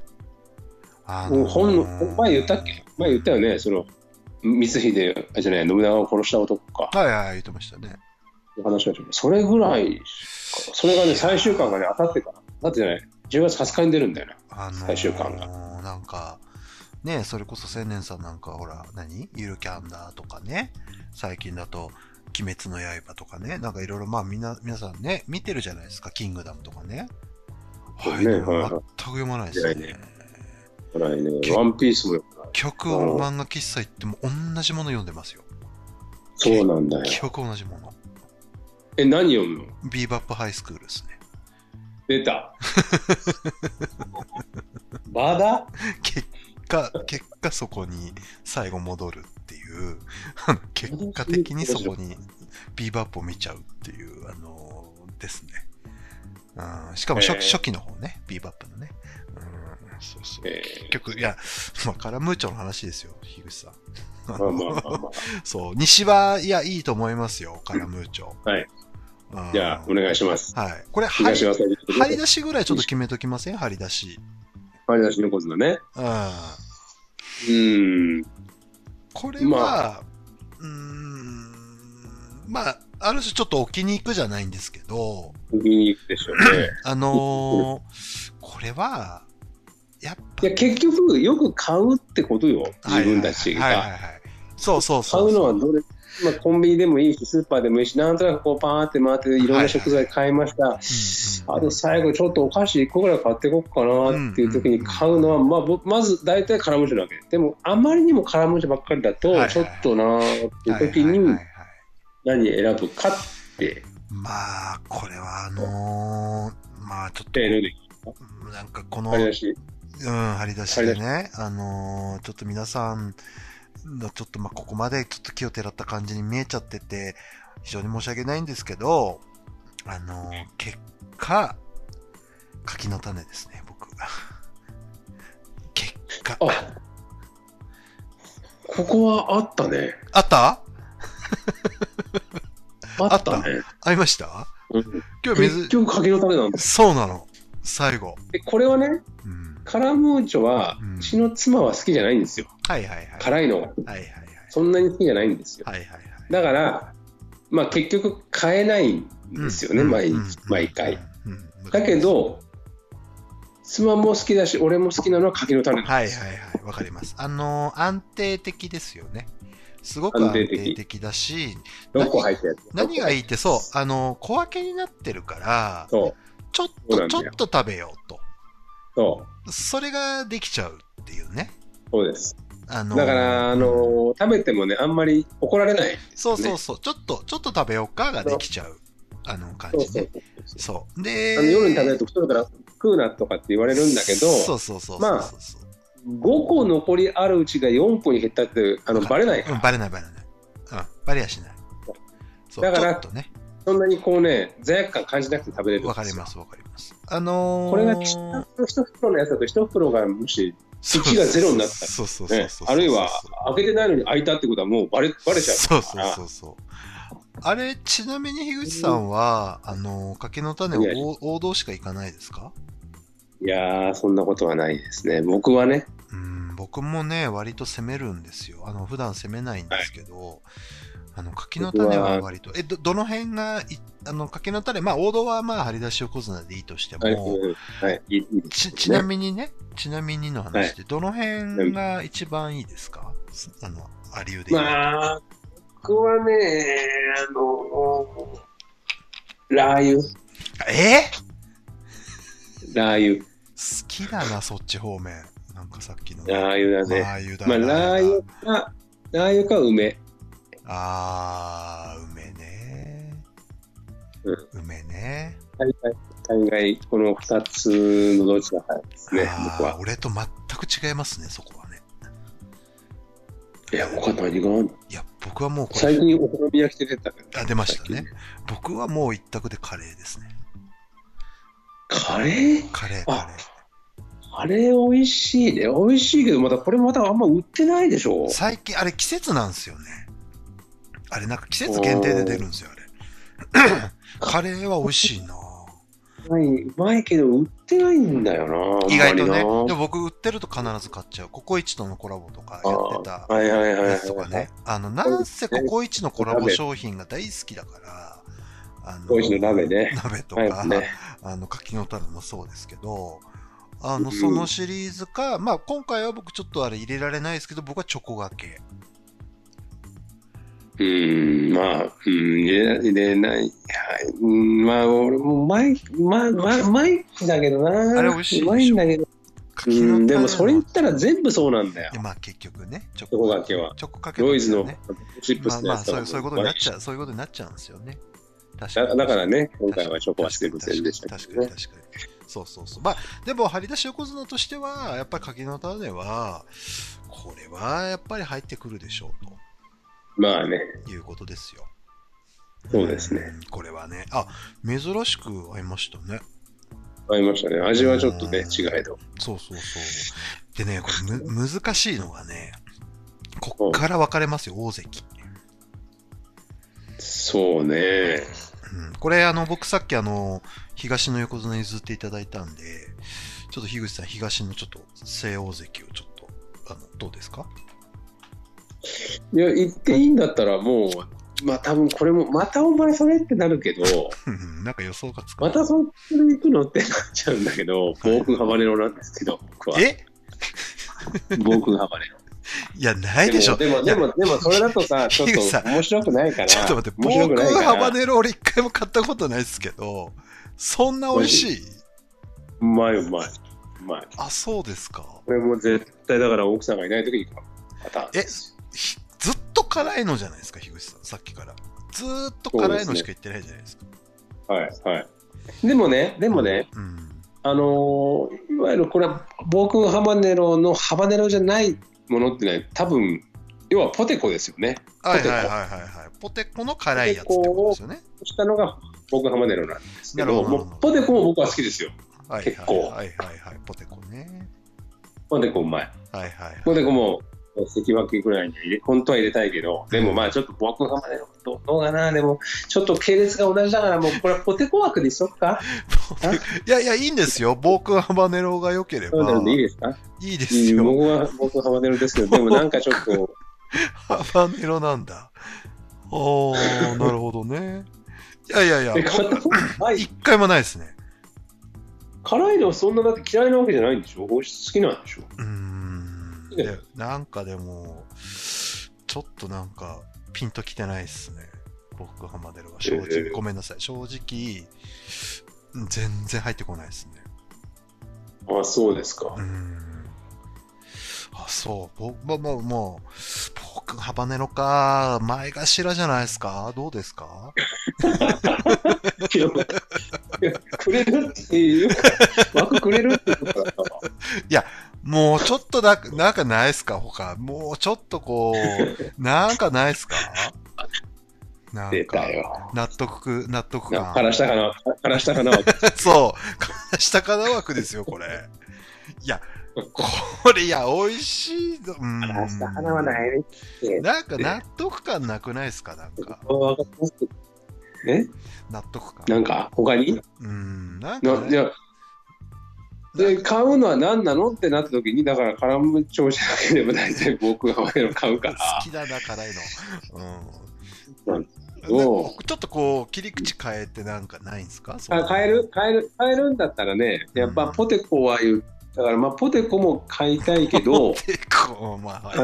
前言ったっけ？前言ったよね。光秀じゃない、信長を殺した男か。 はい、言ってましたね。 話はそれぐらいか。それがね、最終巻がね、当たってから。だってじゃない、10月20日に出るんだよね。最終巻が。 なんか、ね、それこそ千年さんなんか、ほら、ゆるキャンダーとかね、最近だと、鬼滅の刃とかね、なんかいろいろ、皆さんね、見てるじゃないですか、キングダムとかね。はい、全く読まないですね。 ワンピースも曲を漫画喫茶行っても同じもの読んでますよ。 そうなんだよ。 曲同じもの。 何読むの？ ビーバップハイスクールですね。 出た。バダ？ 結果そこに最後戻るっていう、結果的にそこにビーバップを見ちゃうっていう、ですね。しかも初期の方ね、ビーバップのね。そう。結局、いや、カラムーチョの話ですよ、樋口さん。そう、西は、いいと思いますよ、カラムーチョ。 はい。じゃあ、お願いします。 はい。これ、張り出しぐらいちょっと決めときません？張り出し。 張り出しのことだね。 これは、ある種ちょっと置きに行くじゃないんですけど。 置きに行くでしょうね。 これは、やっぱ。 いや、結局、よく買うってことよ。自分たちが。 そう。 買うのはコンビニでもいいし、スーパーでもいいし、なんとなくパーって回っていろんな食材買いました。あと最後ちょっとお菓子1個ぐらい買っていこうかなっていう時に買うのは、まず大体カラムーチョなわけでもあまりにもカラムーチョばっかりだとちょっとなーっていう時に何選ぶかって。 これはちょっとなんかこの張り出しでね、ちょっと皆さんちょっとここまでちょっと気をてらった感じに見えちゃってて非常に申し訳ないんですけど、結果柿の種ですね、僕。結果ここはあったね。 あったね。 ありました？ 今日結局柿の種なんだ。 そうなの。最後。 これはね、カラムーチョはうちの妻は好きじゃないんですよ。辛いのが。そんなに好きじゃないんですよ。だから結局買えないんですよね、毎回。だけど妻も好きだし俺も好きなのは柿の種なんです。 わかります。安定的ですよね。すごく安定的だし、 6個入ったやつ。 何がいいって小分けになってるからちょっと食べようと。それができちゃうっていうね。 そうです。だから食べてもねあんまり怒られない、ね。 そう。ちょっと食べようかができちゃう感じね。そう。で夜に食べると太るから食うなとかって言われるんだけど。 そう。 5個残りあるうちが4個に減ったってバレないから。バレない。 バレやしない。 だからそんなに罪悪感感じなくて食べれるんですよ。 わかります。 これが1袋のやつだと1袋がもし1が0になったら、あるいは開けてないのに開いたってことはもうバレちゃうから。 そう。あれ、ちなみに樋口さんは、柿の種王道しか行かないですか？ いやー、そんなことはないですね。僕はね。 僕もね、割と攻めるんですよ。普段攻めないんですけど、柿の種は割と、どの辺が、柿の種、王道は張り出し横綱でいいとしても、ちなみにの話で、どの辺が一番いいですか？ありうで言うと。 僕はね、ラー油。 ラー油。好きだな、そっち方面。なんかさっきの。 ラー油だね。 ラー油だまあ、ラー油か梅。 梅ね。梅ね。 大概、この2つのどちらかですね、僕は。 俺と全く違いますね、そこはね。 他何があるの？ いや、僕はもうこれ最近お好み焼きって出たけど。 出ましたね。僕はもう一択でカレーですね。 カレーカレー美味しいね。美味しいけど、これまたあんま売ってないでしょ？ 最近、あれ季節なんですよね。あれなんか季節限定で出るんですよ、あれ。カレーは美味しいな。 うまいけど売ってないんだよな。 意外とね。でも僕売ってると必ず買っちゃう。ココイチとのコラボとかやってたやつとかね。なんせココイチのコラボ商品が大好きだから、 ココイチの鍋ね。 鍋とか、柿の種もそうですけど、そのシリーズか、まあ今回は僕ちょっとあれ入れられないですけど、僕はチョコがけ。 入れない。俺もうまいだけどな。 あれ美味しいでしょ。 うまいんだけど。でもそれ言ったら全部そうなんだよ。 まあ結局ね、 チョコがけは。 チョコかけロイズのチップスのやつそういうことになっちゃう、そういうことになっちゃうんですよね。 だからね、今回はチョコはしてませんでした。 確かに。そう。まあ、でも、張り出し横綱としては、やっぱり柿の種は、これはやっぱり入ってくるでしょうと。 まあね。 いうことですよ。 そうですね。 これはね。珍しく合いましたね。 合いましたね。味はちょっとね、違いど。 そう。でね、これ難しいのがね、こっから分かれますよ、大関。 そうね。 これ僕さっき東の横綱譲っていただいたんで、ちょっと樋口さん東のちょっと正大関をちょっとどうですか？ いや、言っていいんだったらもう多分これもまたお前それってなるけどなんか予想がつく。 またそれ行くのってなっちゃうんだけど、暴君ハバネロなんですけど、僕は。暴君ハバネロ。 いや、ないでしょ。 でもそれだとさ、ちょっと面白くないから。 ちょっと待って、暴君ハバネロ俺一回も買ったことないですけど、そんな美味しい？ うまい。 そうですか。 これも絶対だから奥さんがいない時に買うパターンです。 ずっと辛いのじゃないですか、樋口さん、さっきから。ずーっと辛いのしか言ってないじゃないですか。 はい。でもね、いわゆるこれは暴君ハバネロのハバネロじゃないものってね、多分要はポテコですよね。 はい。ポテコの辛いやつってことですよね。 したのが暴君ハバネロなんですけど、もうポテコも僕は好きですよ。結構。 はい。ポテコね。 ポテコうまい。 はい。 ポテコも関脇ぐらいに本当は入れたいけど、でもちょっと暴君ハバネロどうかな。でもちょっと系列が同じだから、もうこれはポテコ枠でしょっか。 いやいいんですよ。暴君ハバネロが良ければ。 いいですか？ いいですよ。 僕は暴君ハバネロですけど、でもなんかちょっとハバネロなんだ。なるほどね。いや一回もないですね。 辛いのはそんなだって嫌いなわけじゃないんでしょ？好きなんでしょ？ なんかでもちょっとなんかピンときてないっすね。僕ハマネロは正直、ごめんなさい。正直全然入ってこないですね。 そうですか。 そう。僕ハバネロか。前頭じゃないですか。どうですか？ くれるっていう枠くれるってことだったわ。 いや、もうちょっとなんかないっすか他。もうちょっとこう、なんかないっすか？なんか納得感。 からしたかなそう。からしたかな枠ですよ、これ。いや、これ、美味しい。 からしたかなはないね。 なんか納得感なくないですか？なんか。納得感。 なんか他に？ なんかね。 で買うのは何なのってなった時に、だからカラム調子だけでも大体僕が買うから。 好きだな、辛いの。ちょっとこう切り口変えてなんかないんですか？ 変えるんだったらね、やっぱポテコはだからポテコも買いたいけど、 ポテコ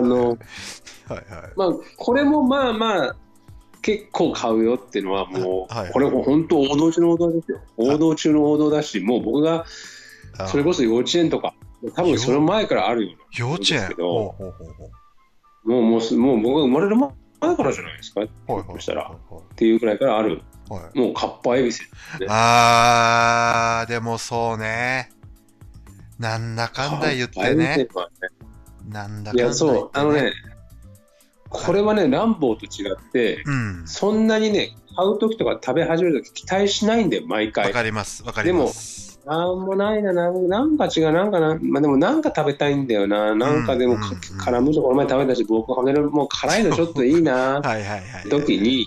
これも結構買うよっていうのはもう、これも本当王道中の王道ですよ。王道中の王道だし、もう僕がそれこそ幼稚園とか、多分その前からあるような。 幼稚園けど、もう僕が生まれる前からじゃないですか。そしたら。っていうくらいからある。もうカッパエビせん、 ね。でもそうね。なんだかんだ言ってね。なんだかんだ言って、ね。いや、 そう。これはね、ランボーと違って、そんなにね、買うときとか食べ始めるとき期待しないんだよ、毎回。 わかります。でも、 なんもないな、なんか違う、でもなんか食べたいんだよな、なんかでも、カラムーチョこの前食べたし、僕はもう辛いのちょっといいな、時に、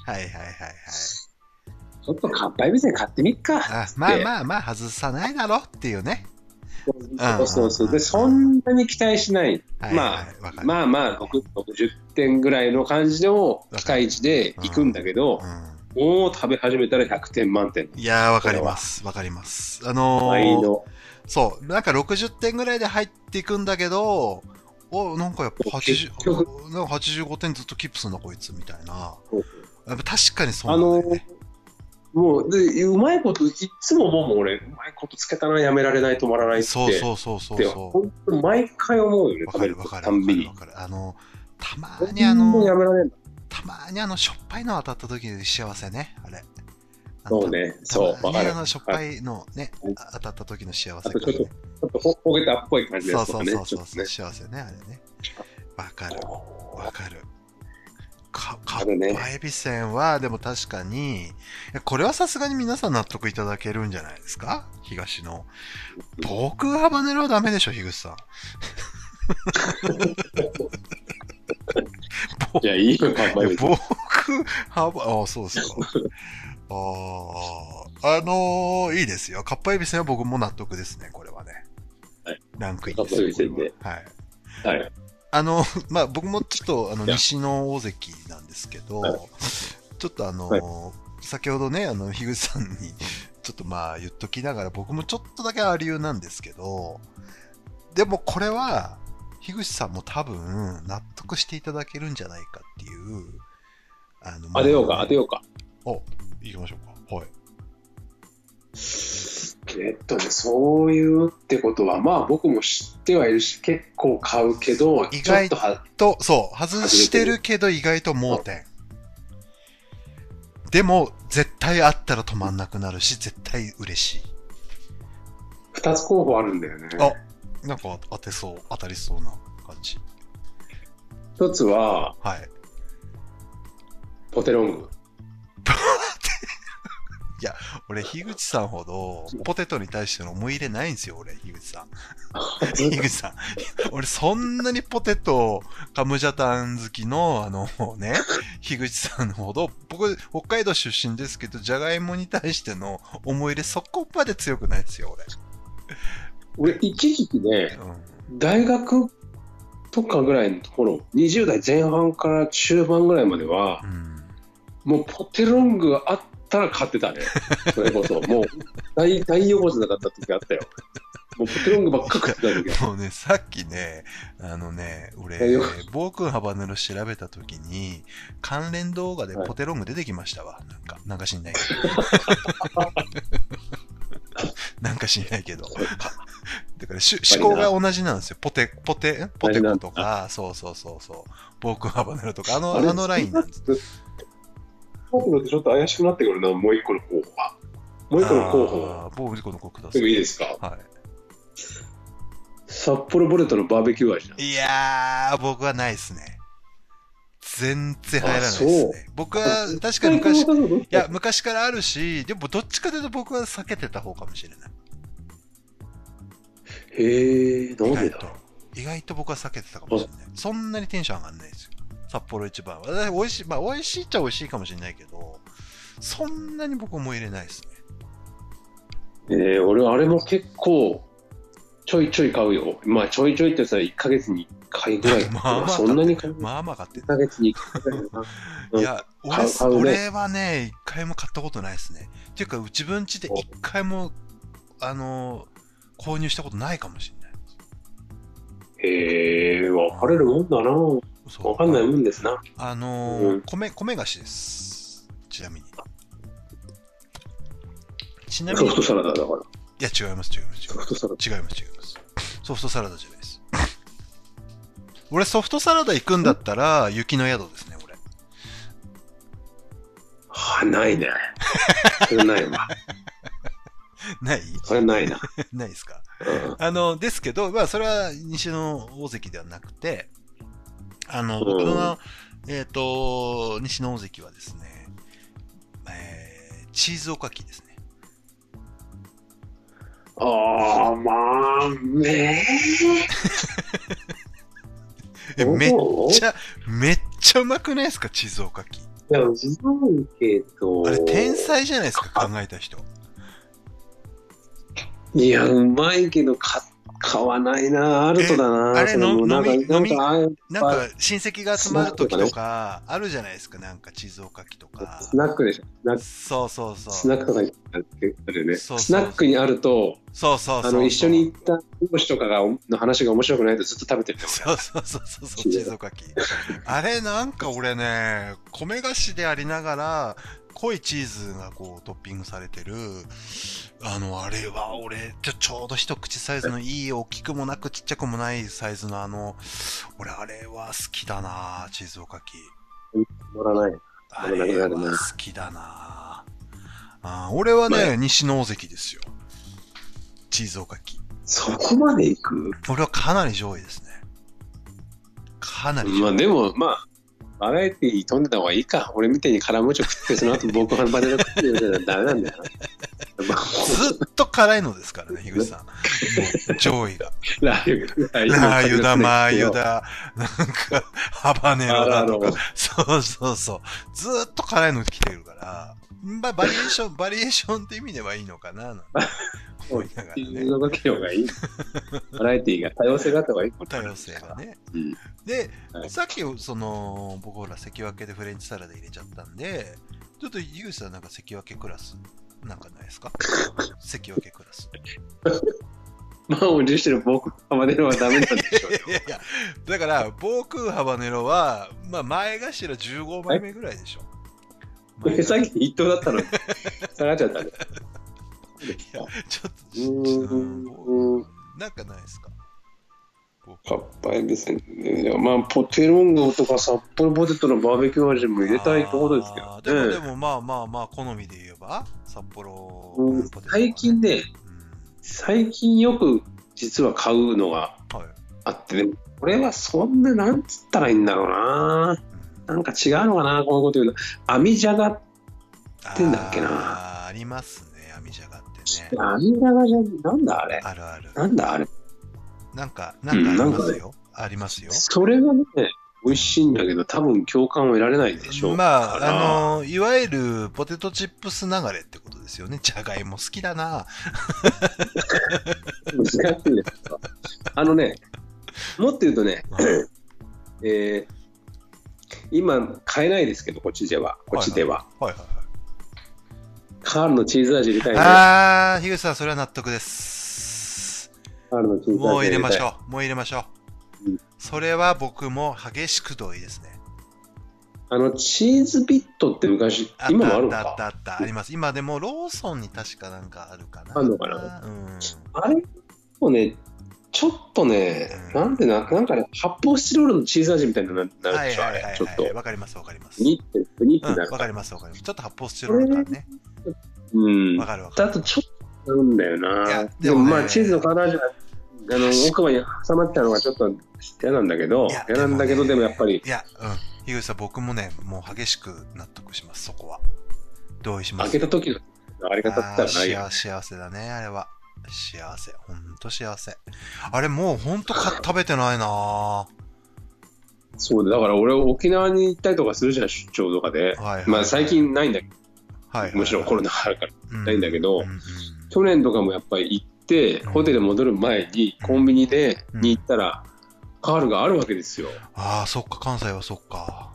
ちょっとカッパエビせん買ってみっか。 まあ、外さないだろっていうね。 そう。で、そんなに期待しない。まあ、60点ぐらいの感じの期待値で行くんだけど、もう食べ始めたら100点満点。 いやー、わかります。そう、なんか60点ぐらいで入っていくんだけど、なんかやっぱ85点ずっとキープするな、こいつ、みたいな。やっぱ確かにそうなんだよね。 もう、で、うまいこと、いつも思うもん、俺、うまいことつけたな、やめられない、止まらないって。 そう。 本当に毎回思うよね、食べるたんびに。 たまにやめられんしょっぱいの当たった時に幸せね、あれ。 そうね、そう、わかる。 しょっぱいのね、当たった時の幸せ。 ちょっとほげたっぽい感じですね。 そう、幸せね、あれね。わかる。カッパエビせんは、でも確かに、これはさすがに皆さん納得いただけるんじゃないですか？東の。僕ハバネロはダメでしょ、樋口さん。 いや、いいよ、カッパエビせん。 そうですか。いいですよ。カッパエビせんは僕も納得ですね、これはね。ランクインです。カッパエビせんで。はい。僕もちょっと、西の大関なんですけど、ちょっと先ほどね、樋口さんに、ちょっと言っときながら、僕もちょっとだけありゅうなんですけど、でもこれは、樋口さんも多分、納得していただけるんじゃないかっていう、 当てようか。 行きましょうか。はい。 そういうってことは、僕も知ってはいるし、結構買うけど、 意外と、外してるけど意外と盲点。でも、絶対あったら止まんなくなるし、絶対嬉しい。 2つ候補あるんだよね。 なんか当たりそうな感じ。 一つは、ポテロング。 いや、俺、樋口さんほど、ポテトに対しての思い入れないんですよ、俺、樋口さん。樋口さん。俺、そんなにポテト、カムジャタン好きの、樋口さんほど、僕、北海道出身ですけど、じゃがいもに対しての思い入れ、そこまで強くないですよ、 俺、一時期ね、大学とかぐらいのところ、20代前半から中盤ぐらいまでは、もうポテロングがあったら買ってたね。それこそ。もう大横綱だった時あったよ。もうポテロングばっか買ってた時は。 もうね、さっきね、俺、暴君ハバネロ調べた時に、関連動画でポテロング出てきましたわ。なんか知んないけど。なんか知んないけど。だから思考が同じなんですよ。ポテコとか、そう。暴君ハバネロとか、あのラインなんです。 僕のちょっと怪しくなってくるな、もう一個の候補は。もう一個の候補は。 もう一個の候補ください。 いいですか？ はい。 札幌ボレトのバーベキュー味なんです。 いやー、僕はないですね。全然入らないですね。僕は確かに昔からあるし、でもどっちかというと僕は避けてた方かもしれない。 なんでだろう。意外と僕は避けてたかもしれない。そんなにテンション上がんないですよ。札幌一番は。美味しい、美味しいっちゃ美味しいかもしれないけど、そんなに僕も入れないですね。俺あれも結構ちょいちょい買うよ。ちょいちょいってさ、1ヶ月に1回ぐらい。そんなに買う。 買ってる。 1ヶ月に1回ぐらいな。 いや、俺はね、1回も買ったことないですね。っていうか、自分家で1回も、購入したことないかもしれない。 分かれるもんだな。わかんないもんですな。 米菓子です。ちなみに。 ソフトサラダだから。 いいや、違います。 ソフトサラダ。 違います。ソフトサラダじゃないです。俺、ソフトサラダ行くんだったら、雪の宿ですね、俺。 ないね。それないわ。 ないそれないな。 ないですか。 うん、 ですけど、まあ、それは西の大関ではなくて、僕の、西の大関はですね、チーズおかきですね。 まあねめっちゃうまくないですか、チーズおかき。 いや、うまいけど。 あれ、天才じゃないですか、考えた人。 いや、うまいけど、買わないな。あるとだな。 あれの、なんか親親戚が集まるときとか、あるじゃないですか、なんかチーズおかきとか。 スナックでしょ。 そう。 スナックとかにあるよね。 そうスナックにあると、 そう。 一緒に行った上司とかの話が面白くないとずっと食べてるよ。 そう、チーズおかき。あれなんか俺ね、米菓子でありながら、濃いチーズがこうトッピングされてる、あれは俺、ちょうど一口サイズのいい大きくもなくちっちゃくもないサイズの俺あれは好きだな、チーズおかき。 乗らない。 あれは好きだな。俺はね、西の大関ですよ。チーズおかき。 そこまで行く？ 俺はかなり上位ですね。かなり上位。 まあでも、バラエティー飛んでた方がいいか。俺みたいにカラムーチョ食って、その後僕はバナナ食ってるじゃダメなんだよな。 ずっと辛いのですからね、樋口さん。もう上位が。 ラー油だ、マー油だ、なんか、ハバネロだとか。そう。ずーっと辛いの来てるから、バリエーションって意味ではいいのかな、なんて思いながらね。 チーズの時の方がいい。バラエティーが多様性があった方がいい。 多様性がね。 うん、 で、 はい、 さっき、僕ほら、関脇でフレンチサラダ入れちゃったんで、ちょっと樋口さんなんか関脇クラスなんかないですか？関脇クラス。 満を持してる僕ハバネロはダメなんでしょうよ。 いや、だから、防空ハバネロは、前頭15枚目ぐらいでしょ。 さっき一等だったのに、下がっちゃったね。 いや、ちょっと、なんかないですか？ かっぱえびせんね。いや、ポテロングとか札幌ポテトのバーベキュー味も入れたいところですけどね。 でも好みで言えば、札幌ポテト、ね。最近よく実は買うのがあって、でもこれはそんな、なんつったらいいんだろうな。なんか違うのかな、こういうこと言うの。網じゃがってんだっけな。 ありますね、網じゃがってね。 網じゃがじゃ、なんだあれ。 ある。 なんだあれ。 なんかありますよ。ありますよ。 それがね、美味しいんだけど、多分共感を得られないでしょう。 いわゆるポテトチップス流れってことですよね。じゃがいも好きだな。 難しいですか。もっと言うとね、今買えないですけど、こっちでは。カールのチーズ味入れたいね。 樋口さん、それは納得です。 カールのチーズ味もう入れましょう。それは僕も激しく同意ですね。 チーズビットって昔、今もあるのか？ あります。今でもローソンに確かなんかあるかな。 あるのかな？あれもね、ちょっとね、なんかね、発泡スチロールのチーズ味みたいになるでしょ、あれ。ちょっと。 わかります。 ニッてなる。 わかります。ちょっと発泡スチロール感ね。わかる。 だとちょっとなんだよな。でもチーズの体味が、奥歯に挟まっちゃうのがちょっと嫌なんだけど、でもやっぱり。 樋口さん、僕もね、もう激しく納得します、そこは。同意します。 開けた時のあり方ったらないよ。 幸せだね、あれは。幸せ。ほんと幸せ。あれ、もうほんと食べてないな。 そうだから俺、沖縄に行ったりとかするじゃん、出張とかで。最近ないんだけど、もちろんコロナあるからないんだけど、去年とかもやっぱり行って、ホテル戻る前にコンビニに行ったら、カールがあるわけですよ。 そっか、関西はそっか。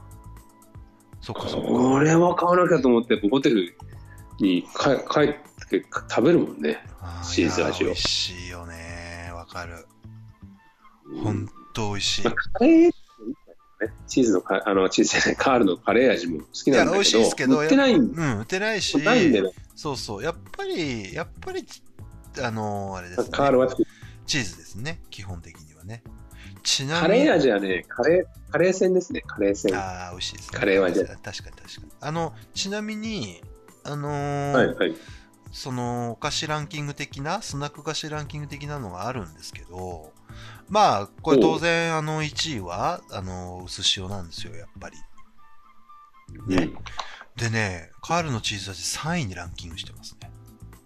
これは買わなきゃと思って、ホテルに帰って食べるもんね、チーズ味を。 美味しいよね、わかる。ほんと美味しい。 カレーチーズのカールのカレー味も好きなんだけど、 美味しいですけど、 売ってない売ってないし、 ないんでね。 そう、やっぱりあれですね。 カールはチーズですね、基本的にはね。ちなカみに。 レー味はね、カレー船ですね、カレー船。 ああ、美味しいですね。 カレー味。 確かに確かに。ちなみに、 はいはい。 そのお菓子ランキング的な、スナック菓子ランキング的なのがあるんですけど、まあ、これ当然、1位は、薄塩なんですよ、やっぱり。ね。でね、カールのチーズ味3位にランキングしてますね。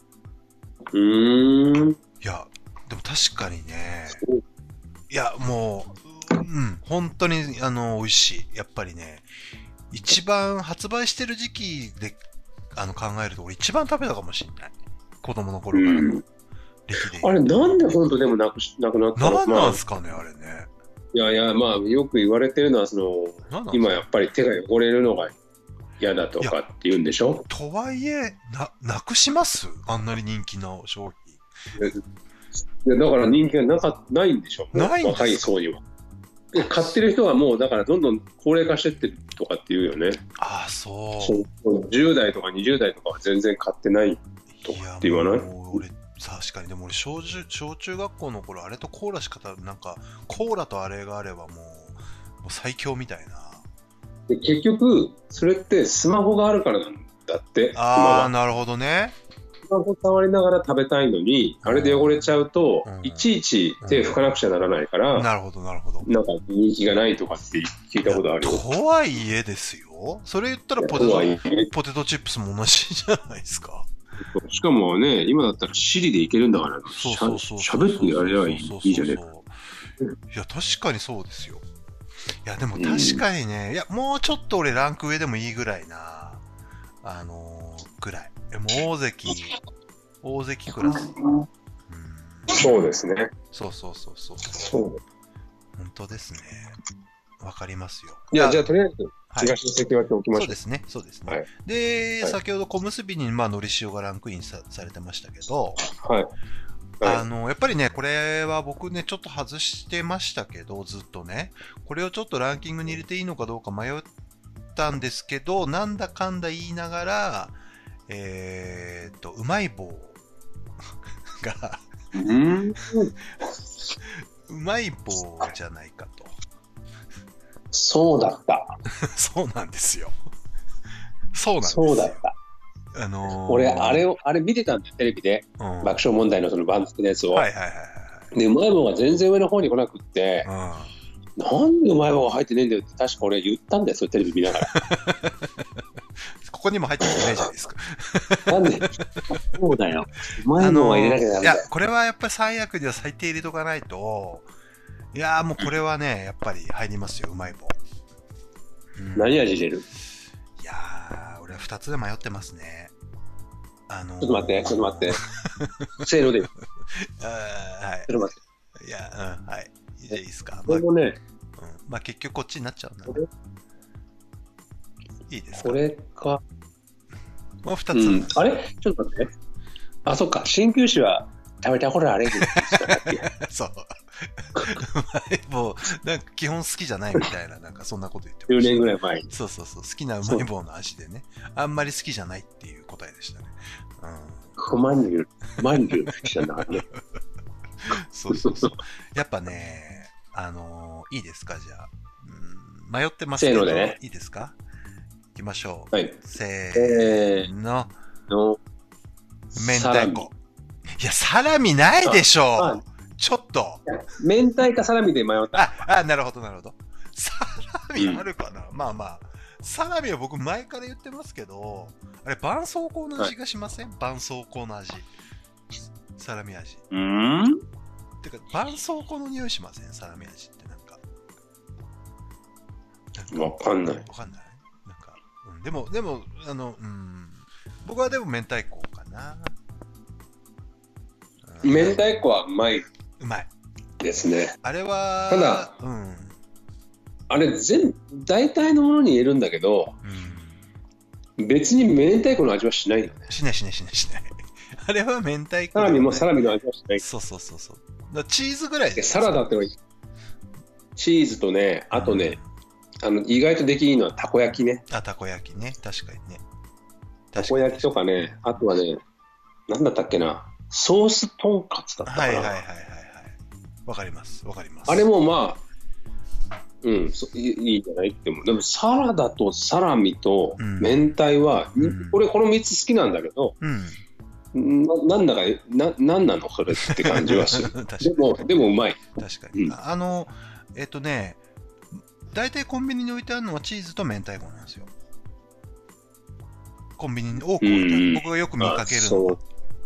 いや、でも確かにね、いや、もう、本当に、美味しい。やっぱりね、一番発売してる時期で、考えると、俺一番食べたかもしれない。子供の頃からの歴で。 あれ、なんで本当でもなくなったの？ なんなんすかね、あれね。 いやいや、まあ、よく言われてるのは、今やっぱり手が汚れるのが嫌だとかって言うんでしょ？ とはいえ、なくします？あんなに人気の商品。 いやだから人気がないんでしょ？ ないんですか？ 若い層には。買ってる人はもう、だからどんどん高齢化してってるとかって言うよね。 ああ、そう。 10代とか20代とかは全然買ってないとかって言わない？ 俺確かに。でも俺小中学校の頃あれとコーラしかなんかコーラとあれがあればもう最強みたいな。 で結局それってスマホがあるからなんだって。 ああ、なるほどね。 スマホ触りながら食べたいのに、あれで汚れちゃうと、いちいち手拭かなくちゃならないから、 なるほどなるほど。 なんか人気がないとかって聞いたことあるよ。 とはいえですよ。それ言ったらポテトチップスも同じじゃないですか。 しかもね、今だったらシリでいけるんだから、喋ってやればいいじゃねえか。いや、確かにそうですよ。いや、でも確かにね、いや、もうちょっと俺ランク上でもいいぐらいな、ぐらい。もう大関クラス。 そうですね。 そう。本当ですね。わかりますよ。 じゃあとりあえず、東の関脇を置きましょう。 そうですね。で、先ほど小結びに、のり塩がランクインされてましたけど、やっぱりね、これは僕ね、ちょっと外してましたけど、ずっとね、これをちょっとランキングに入れていいのかどうか迷ったんですけど、なんだかんだ言いながら、うまい棒がうまい棒じゃないかと。 そうだった。 そうなんですよ。 そうだった。俺、あれ見てたんだよ、テレビで。爆笑問題のその番付のやつを。で、うまい棒が全然上の方に来なくって、なんでうまい棒が入ってねえんだよって、確か俺言ったんだよ、それテレビ見ながら。 ここにも入ってきてないじゃないですか。 なんで？そうだよ。うまい棒は入れなきゃダメだよ。 いや、これはやっぱり三役では最低入れとかないと、いやーもうこれはね、やっぱり入りますよ、うまい棒。 何味入れる？ いやー、俺は2つで迷ってますね。 ちょっと待って。せーので。はい。 ちょっと待って。いや、はい。いいですか。 これもね、 結局こっちになっちゃうんだね。いいですか。 これか。 もう2つ。 あれ？ちょっと待って。あ、そっか。鍼灸師は食べた頃あれそう。もうなんか基本好きじゃないみたいな、なんかそんなこと言ってました。10年ぐらい前に。 そう。好きなうまい棒の味でね。あんまり好きじゃないっていう答えでしたね。 マンリュウ好きじゃなかったね。 そう。やっぱね、いいですか、じゃあ。迷ってますけど、 せーのでね。 いいですか？いきましょう。 はい。 せーの。明太子。いや、サラミないでしょう。ちょっと。 明太かサラミで迷った。 なるほど。サラミあるかな？まあ。サラミは僕前から言ってますけど、あれ、絆創膏の味がしません？絆創膏の味。サラミ味。てか、絆創膏の匂いしません？サラミ味ってなんか。 わかんない。 なんか、でも、僕はでも明太子かな。 明太子はうまい。 うまい。 ですね。 あれは、 ただ、あれ大体のものに言えるんだけど、別に明太子の味はしないよね。 しない。あれは明太子。 サラミもサラミの味はしない。 そう。だチーズぐらいで。 サラダってのはチーズとね、あとね、意外とできいいのはたこ焼きね。 たこ焼きね。確かにね。 たこ焼きとかね、あとはね、なんだったっけな。 ソースとんかつだったかな。 はいはいはいはいはい。わかります。わかります。 あれもまあ、いいじゃないって思う。でもサラダとサラミと明太は、俺この3つ好きなんだけど、なんだかなんなのこれって感じはする。でもうまい。 確かに。大体コンビニに置いてあるのはチーズと明太子なんですよ。コンビニに多く置いてある。僕がよく見かけるのは。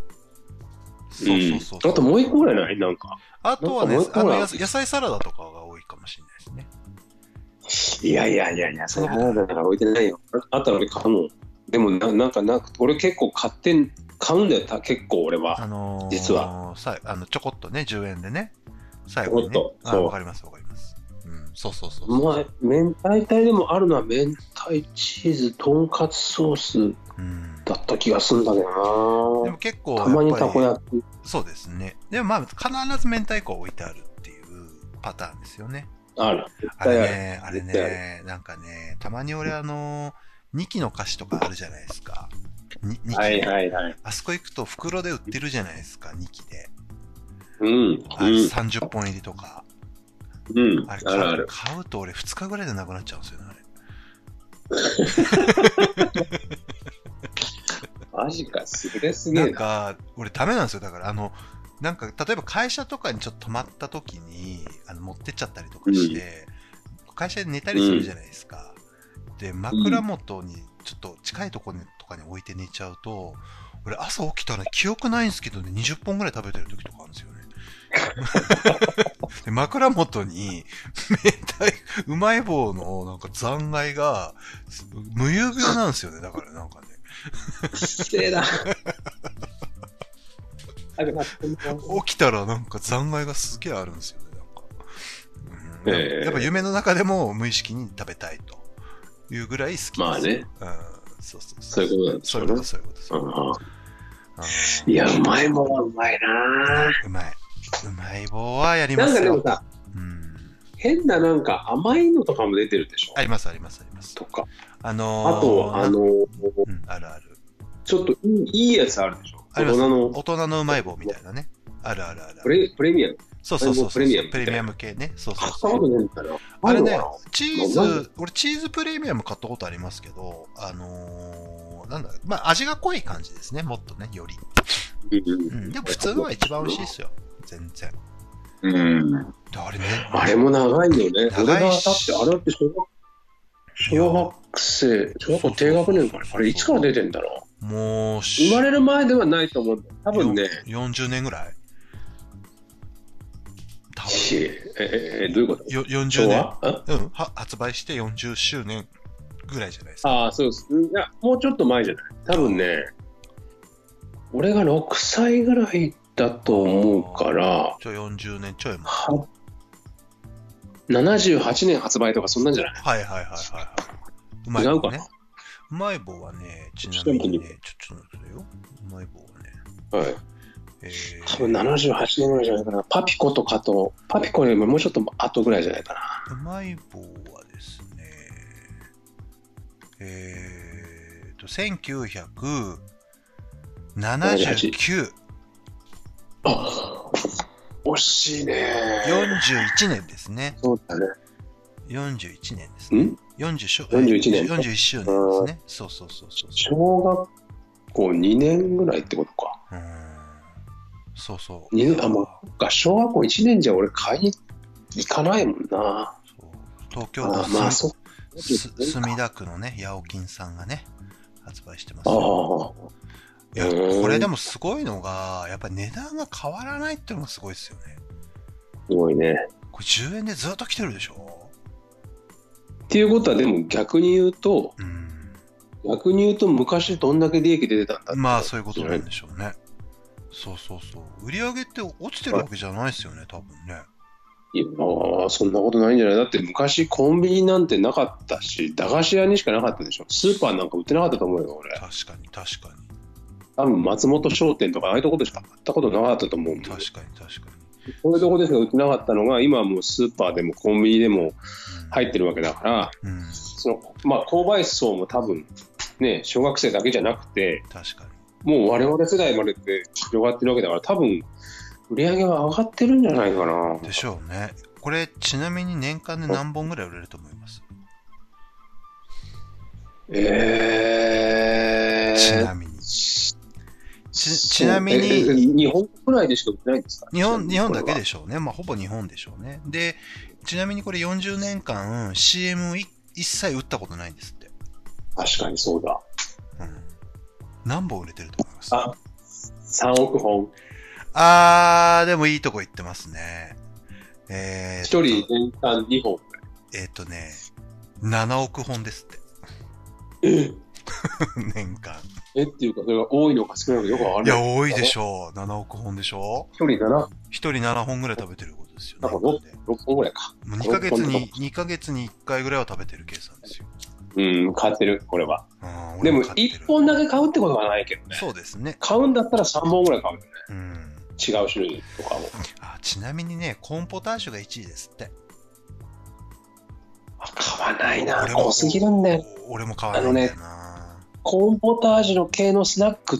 そう。 あともう一個ぐらいないなんか。 あとはね、野菜サラダとかが多いかもしれないですね。 いや、サラダだから置いてないよ。あったら俺買うの。でもなんか俺結構買うんだよ、結構俺は。実は。 ちょこっとね、10円でね。最後にね。わかります。そう。 まあ、明太体でもあるのは明太チーズ、とんかつソースだった気がするんだけどな。 でも結構、 たまにたこ焼き。 そうですね。でもまあ、必ず明太子を置いてあるっていうパターンですよね。 あれね、なんかね、たまに俺2期の菓子とかあるじゃないですか。 はい。 あそこ行くと袋で売ってるじゃないですか、2期で。30本入りとか。あれ買うと俺2日ぐらいでなくなっちゃうんですよね、あれ。 マジか、すげえなんか、俺ダメなんですよ。だから、なんか、例えば会社とかにちょっと泊まった時に、持ってっちゃったりとかして、会社で寝たりするじゃないですか。で、枕元に、ちょっと近いところとかに置いて寝ちゃうと、俺朝起きたら記憶ないんですけどね、20本ぐらい食べてる時とかあるんですよね。で枕元にうまい棒のなんか残骸が無遊病なんですよね。だからなんかね。 失礼だ。 起きたらなんか残骸がすげえあるんですよね。なんか、やっぱ夢の中でも無意識に食べたいというぐらい好きです。 まあね。そういうことなんですよね。 そういうこと。 いや、うまい棒はうまいな。 うまい棒はやりますよ。 なんかでもさ、変ななんか甘いのとかも出てるでしょ。 あります。 とか。 あと、 ある。 ちょっといいやつあるでしょ。 大人のうまい棒みたいなね。ある。 プレミアム。 そう。 プレミアム系ね。そう。 あれね、俺チーズプレミアム買ったことありますけど、なんだろう、まあ味が濃い感じですね。もっとね、より。でも普通のは一番美味しいですよ。全然。あれね。 あれも長いよね。俺がだって、あれだって小学校低学年から、あれいつから出てんだろう。 もう、 生まれる前ではないと思うんだよ。多分ね。 40年ぐらいどういうこと ?40 年。発売して40周年ぐらいじゃないですか。 ああ、そうです。いや、もうちょっと前じゃない。多分ね、俺が6歳ぐらいだと思うから、 40年ちょいも。 78年発売とかそんなんじゃない？ はい。うまい棒ね。うまい棒はね、ちなみにね、ちょっと待ってよ。うまい棒はね。 はい。多分78年ぐらいじゃないかな。パピコよりももうちょっと後ぐらいじゃないかな。 うまい棒はですね、1979。 あ、惜しいね。 41年ですね。 そうだね。 41年ですね。41年ですね。そう。 小学校2年ぐらいってことか。 そう。 小学校1年じゃ俺買いに行かないもんな。 東京都墨田区のね、ヤオキンさんがね、発売してますよ。いや、これでもすごいのが、やっぱり値段が変わらないっていうのがすごいですよね。 すごいね。 これ10円でずっと来てるでしょ。 っていうことはでも逆に言うと、昔どんだけ利益出てたんだって。 まあそういうことなんでしょうね。そう。売り上げって落ちてるわけじゃないですよね、多分ね。 いや、そんなことないんじゃない？だって昔コンビニなんてなかったし、駄菓子屋にしかなかったでしょ。スーパーなんか売ってなかったと思うよ、俺。 確かに。 多分松本商店とかああいうとこでしか買ったことなかったと思うんで。 確かに。 そういうとこでしか売ってなかったのが、今はもうスーパーでもコンビニでも入ってるわけだから、購買層も多分ね、小学生だけじゃなくて、 確かもう我々世代までって広がってるわけだから、多分売り上げは上がってるんじゃないかな。 でしょうね。これ、ちなみに年間で何本ぐらい売れると思います？ちなみに。ちなみに。 日本国内でしか売ってないんですか？ 日本だけでしょうね。まあ、ほぼ日本でしょうね。で、ちなみにこれ40年間 CM 一切打ったことないんですって。 確かにそうだ。 うん。何本売れてると思います？ あ、3億本。 でもいいとこ行ってますね。 1人年間2本。 7億本ですって。年間。 っていうか、それが多いのか少ないのかよくわかんない。 いや、多いでしょう。7億本でしょ。 1人 7本ぐらい食べてることですよね。 6本ぐらいか。 2ヶ月に1回ぐらいは食べてる計算ですよ。 買ってる、これは。でも、1本だけ買うってことはないけどね。 そうですね。 買うんだったら3本ぐらい買うよね。違う種類とかも。 ちなみにね、コーンポタージュが1位ですって。 買わないな。濃すぎるんだよ。 俺も買わないんだよな。 コーンポタージュの系のスナックって、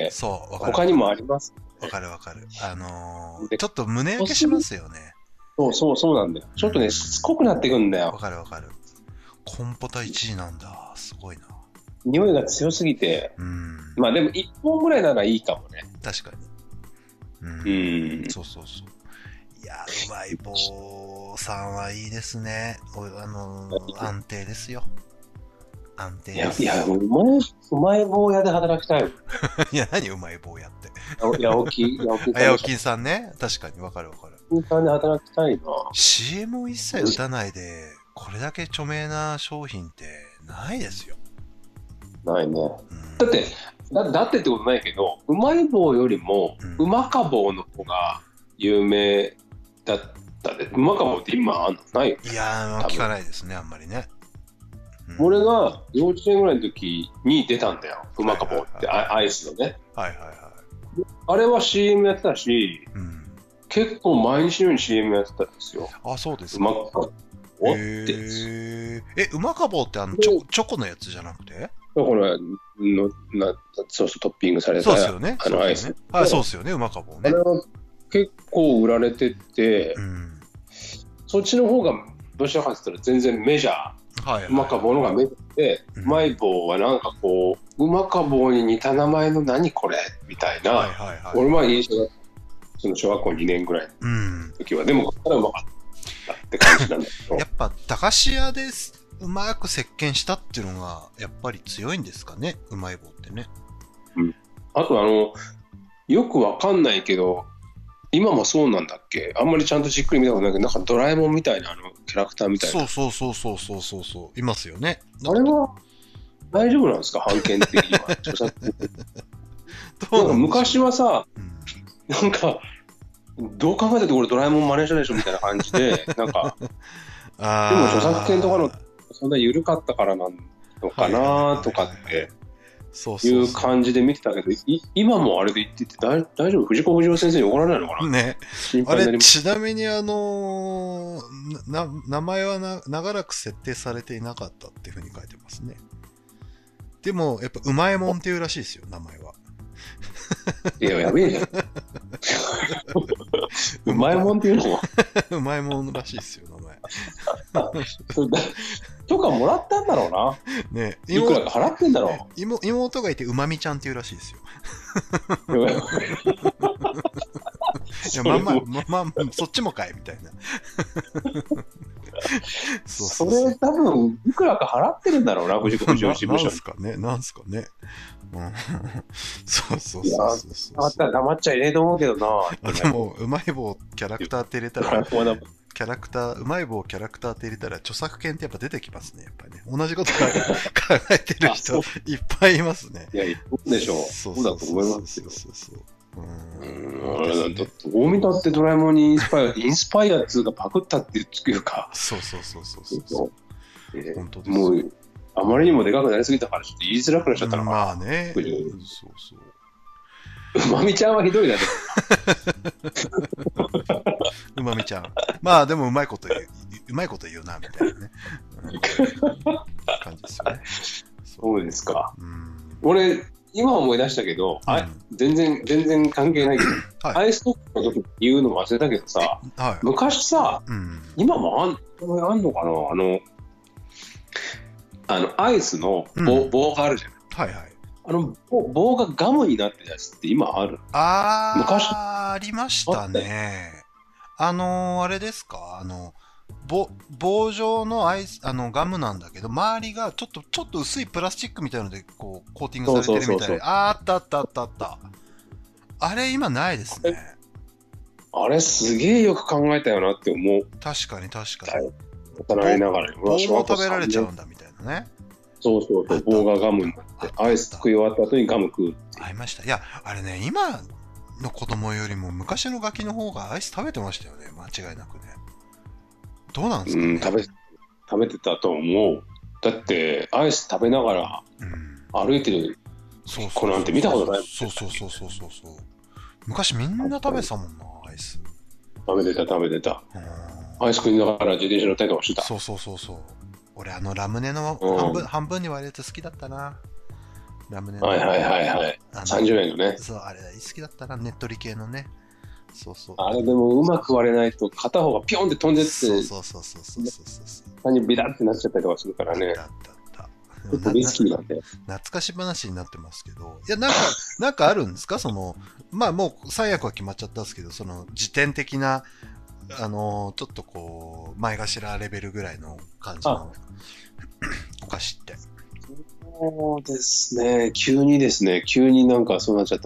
他にもあります。 わかる。ちょっと胸焼けしますよね。 そうなんだよ。ちょっとね、しつこくなってくんだよ。 わかる。コーンポタ1位なんだ。すごいな。 匂いが強すぎて。まあでも1本ぐらいならいいかもね。 確かに。そう。いや、うまい棒さんはいいですね。安定ですよ。安定です。いや、うまい棒屋で働きたい。 いや、何うまい棒屋って。 八百金さんね。確かに、わかる。 八百金さんで働きたいな。 CM を一切打たないで、これだけ著名な商品ってないですよ。 ないね。だってってことないけど、うまい棒よりも、うまか棒の方が有名だったで。うまか棒って今ないよ。 いやー、聞かないですね、あんまりね。 俺が幼稚園ぐらいの時に出たんだよ。うまか棒って、アイスのね。あれは CM やってたし、結構毎日のように CM やってたんですよ。 あ、そうですか。 うまか棒って。 うまか棒ってチョコのやつじゃなくて？ これそうトッピングされたアイス。 そうですよね、うまか棒ね。 あれは結構売られてて、そっちの方がどちらかって言ったら全然メジャー。うまか棒のがメジャーで、うまい棒はなんかこう、うまか棒に似た名前の何これみたいな。俺は印象がその小学校2年ぐらいの時は、でもここからうまかったって感じなんだけど。 やっぱ駄菓子屋です。うまく席巻したっていうのがやっぱり強いんですかね、うまい棒ってね。 あとよくわかんないけど、今もそうなんだっけ？あんまりちゃんとじっくり見たことないけど、なんかドラえもんみたいなキャラクターみたいな。 そういますよね。 あれは大丈夫なんですか？版権的には。なんか昔はさ、なんかどう考えたって俺ドラえもん真似したでしょみたいな感じで、なんかでも著作権とかのそんな緩かったからなのかなとかっていう感じで見てたけど、今もあれで言ってて大丈夫？藤子不二雄先生に怒られないのかなね。あれちなみに名前は長らく設定されていなかったっていうふうに書いてますね。でもやっぱうまいもんっていうらしいですよ、名前は。 いや、やべえじゃん。うまいもんっていうのはうまいもんらしいですよ、名前。 とかもらったんだろうな。 ね、 いくらか払ってんだろう。 妹がいてうまみちゃんっていうらしいですよ。いや、そっちもかいみたいな。 それ多分いくらか払ってるんだろうな、藤子不二雄事務所。 なんすかね。そう。 黙っちゃいねえと思うけどな。 でも、うまい棒キャラクターって入れたら、うまい棒キャラクターって入れたら、著作権ってやっぱ出てきますね、やっぱりね。同じこと考えてる人いっぱいいますね。 いや、そうでしょう。そうだと思いますよ。だって大見だってドラえもんにインスパイア2がパクったっていうか。 そう。 本当です。もうあまりにもでかくなりすぎたからちょっと言いづらくなっちゃったのかな。 まあね。 うまみちゃんはひどいな。 うまみちゃん。まあでもうまいこと言うなみたいなね。感じですよね。 そうですか。俺今思い出したけど、 うん全然関係ないけど、 はいアイスホックの時言うの忘れたけどさ、 はい。 昔さ、 うん。 今もあんのかな、アイスの棒があるじゃない。 はいはい。 棒がガムになってるやつって今ある？昔ありましたね。あれですか棒状のアイス、ガムなんだけど、周りがちょっと薄いプラスチックみたいので、こう、コーティングされてるみたいそうな。あった。あれ今ないですね。 あれすげえよく考えたよなって思う。 確かに。 大人ながらに。 棒も食べられちゃうんだみたいなね。 そう棒がガムになって、アイス食い終わった後にガム食う。 ありました。いや、あれね、今の子供よりも昔のガキの方がアイス食べてましたよね。間違いなくね。どうなんですかね。 食べてたと思う。だってアイス食べながら歩いてる子なんて見たことない。 そう。昔みんな食べてたもんな、アイス。 食べてた。アイス食いながら自転車乗ったりとかしてた。 そう。俺ラムネの半分に割るやつ好きだったな。ラムネの。 はい。30円のね。 そう、あれ好きだったな、ねっとり系のね。そう。 あれでもうまく割れないと片方がピョンって飛んでって、 そう。 下にビタってなっちゃったりとかするからね。ちょっとリスキーなんで。 懐かし話になってますけど、いや、なんかあるんですか？まあもう最悪は決まっちゃったんですけど、時点的な、ちょっとこう、前頭レベルぐらいの感じのお菓子って。 そうですね、急になんかそうなっちゃった。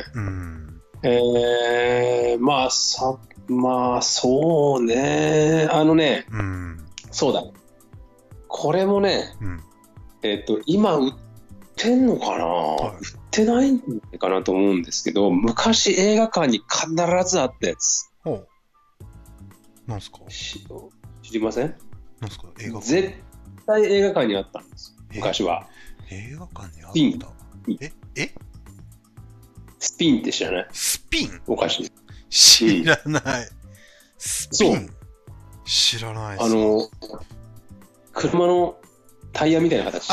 まあそうね、そうだ。これもね、今売ってんのかな、売ってないんかなと思うんですけど、昔映画館に必ずあったやつ。 なんすか？ 知りません？ なんすか？映画館？ 絶対映画館にあったんです。昔は。 映画館にあった？ スピンって知らない？ スピン？ お菓子。 知らない。スピン？知らないです。 車のタイヤみたいな形した。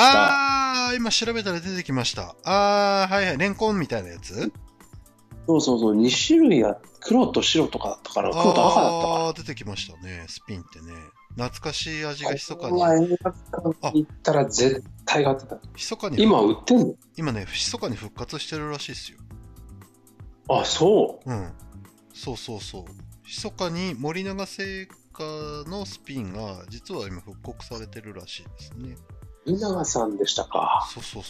今調べたら出てきました。はい。レンコンみたいなやつ？ そう。2種類黒と白とかだったかな。黒と赤だったかな。 出てきましたね。スピンってね。懐かしい味が密かに。 映画館に行ったら絶対買ってた。 密かに。 今売ってんの？ 今ね、密かに復活してるらしいですよ。 あ、そう。 うん。そう。密かに森永製菓のスピンが実は今復刻されてるらしいですね。 森永さんでしたか。 そう。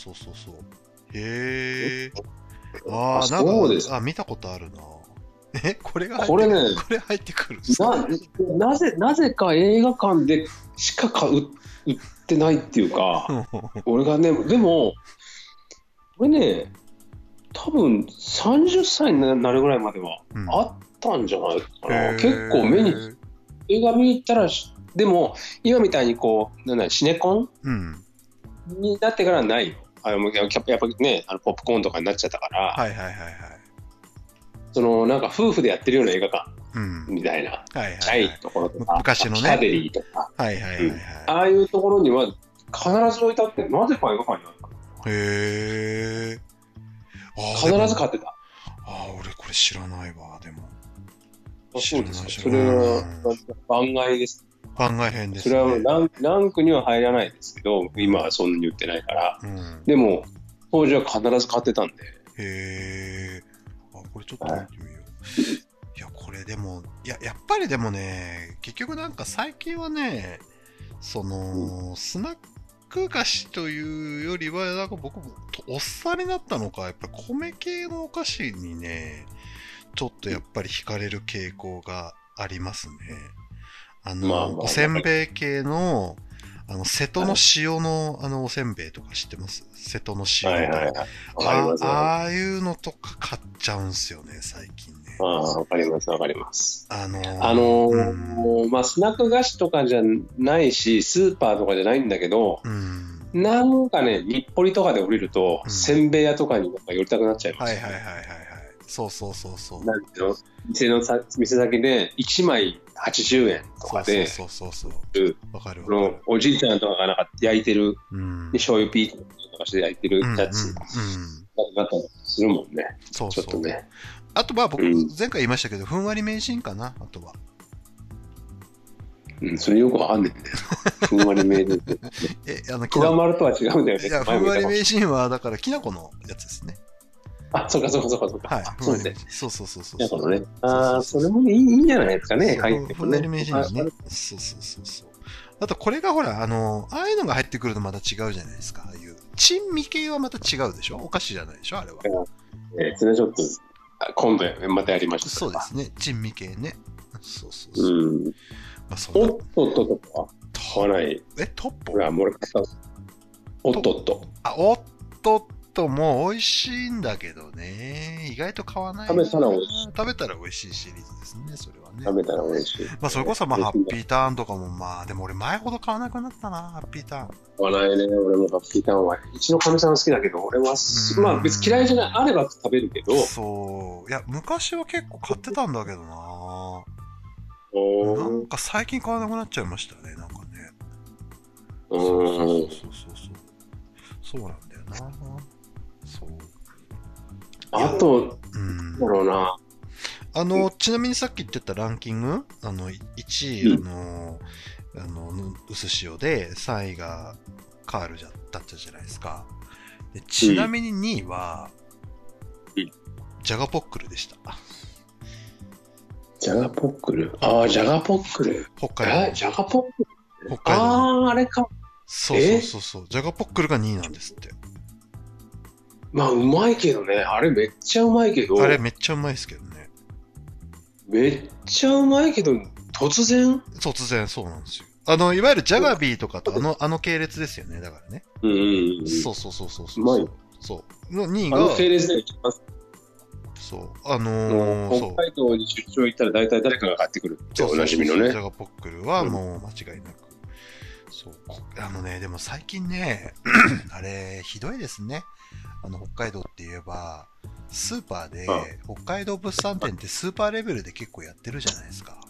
へー。 そうです。 見たことあるな。これ入ってくるんですか？なぜか映画館でしか売ってないっていうか、俺がね、でも、これね、多分30歳になるぐらいまではあったんじゃないかな。結構映画見に行ったら、でも今みたいにこう、シネコン、になってからはないよ。やっぱりね、ポップコーンとかになっちゃったから、 はい。 なんか夫婦でやってるような映画館みたいな、ないところとか、 昔のね、 ピカデリーとか、ああいうところには必ず置いてあって、なぜか映画館にあった。 へー。 必ず買ってた。 俺これ知らないわ、でも。 そうですか。それは番外です。 番外編です、 ね。それはランクには入らないですけど、今はそんなに売ってないから。でも、当時は必ず買ってたんで。 へー。これちょっと見てみよう。いや、これでも、やっぱりでもね、結局なんか最近はね、スナック菓子というよりは、なんか僕もおっさんになったのか、やっぱり米系のお菓子にね、ちょっとやっぱり惹かれる傾向がありますね。おせんべい系の、瀬戸の塩の、おせんべいとか知ってます？瀬戸の塩で。ああいうのとか買っちゃうんすよね、最近ね。 わかります。スナック菓子とかじゃないし、スーパーとかじゃないんだけど、なんかね、日暮里とかで降りると、せんべい屋とかになんか寄りたくなっちゃいます。 そう。 なんていうの？店先で1枚80円とかで、 わかる。 おじいちゃんとかがなんか焼いてる、醤油ピーとかして焼いてるやつ。 なったりするもんね。 そうそう。 ちょっとね。 あとまあ僕、 うん前回言いましたけど、ふんわり名人かな、あとは。 うん、それよくわかんないんだよ。ふんわり名人って。 きなクワマルとは違うんだよね。 いや、ふんわり名人は、だから、きなこのやつですね。 あ、そうかそうかそうかそうか。 はい。 あそうね。 そうそうそうそう。 なるほどね。ああ、 そそうれもいいんじゃないですかね。 そう入ってもね。 ふんわり名人がね。そうそうそうそう。あと、これがほら、ああいうのが入ってくるとまた違うじゃないですか。ああいう。珍味系はまた違うでしょ、お菓子じゃないでしょあれは。 それちょっと、今度またやりましょう。 そうですね。珍味系ね。そうそううそう。 ん。 まあ、そんな。 おっとっととかは買わない。 トッポほら、もうおっとっと。 あ、おっとっとも美味しいんだけどね。意外と買わないな。 食べたら美味しい。 食べたら美味しいシリーズですね、それはね。 食べたら美味しい。 まあ、それこそ、まあ、ハッピーターンとかも、まあ、でも俺前ほど買わなくなったな、ハッピーターン。 買わないね。俺もハッピーターンは。うちのかみさん好きだけど、俺は、まあ別に嫌いじゃない。あれば食べるけど。 そう。いや、昔は結構買ってたんだけどな。なんか最近買わなくなっちゃいましたね、なんかね。そうそうそうそう。そうなんだよな。そう。 あと、だろうな。 ちなみにさっき言ってたランキング、1位、薄塩で、3位がカールだったじゃないですか。でちなみに2位は、ジャガポックルでした。 ジャガポックル、ああ、ジャガポックル。 北海道。 ジャガポックル、 北海道。 ああ、あれか。 そうそうそうそう。ジャガポックルが2位なんですって。 まあ、うまいけどね。あれめっちゃうまいけど。 あれめっちゃうまいですけどね。 めっちゃうまいけど、突然そうなんですよ。いわゆるジャガビーとかとあの系列ですよね、だからね。そうそうそうそうそう。 うまい。 そう。の2位が。 あの系列で行きます。 そう。 北海道に出張行ったら大体誰かが買ってくるっておなじみのね。 ジャガポックルはもう間違いなく。そう。でも最近ね、あれ、ひどいですね。北海道って言えば、スーパーで、北海道物産展ってスーパーレベルで結構やってるじゃないですか。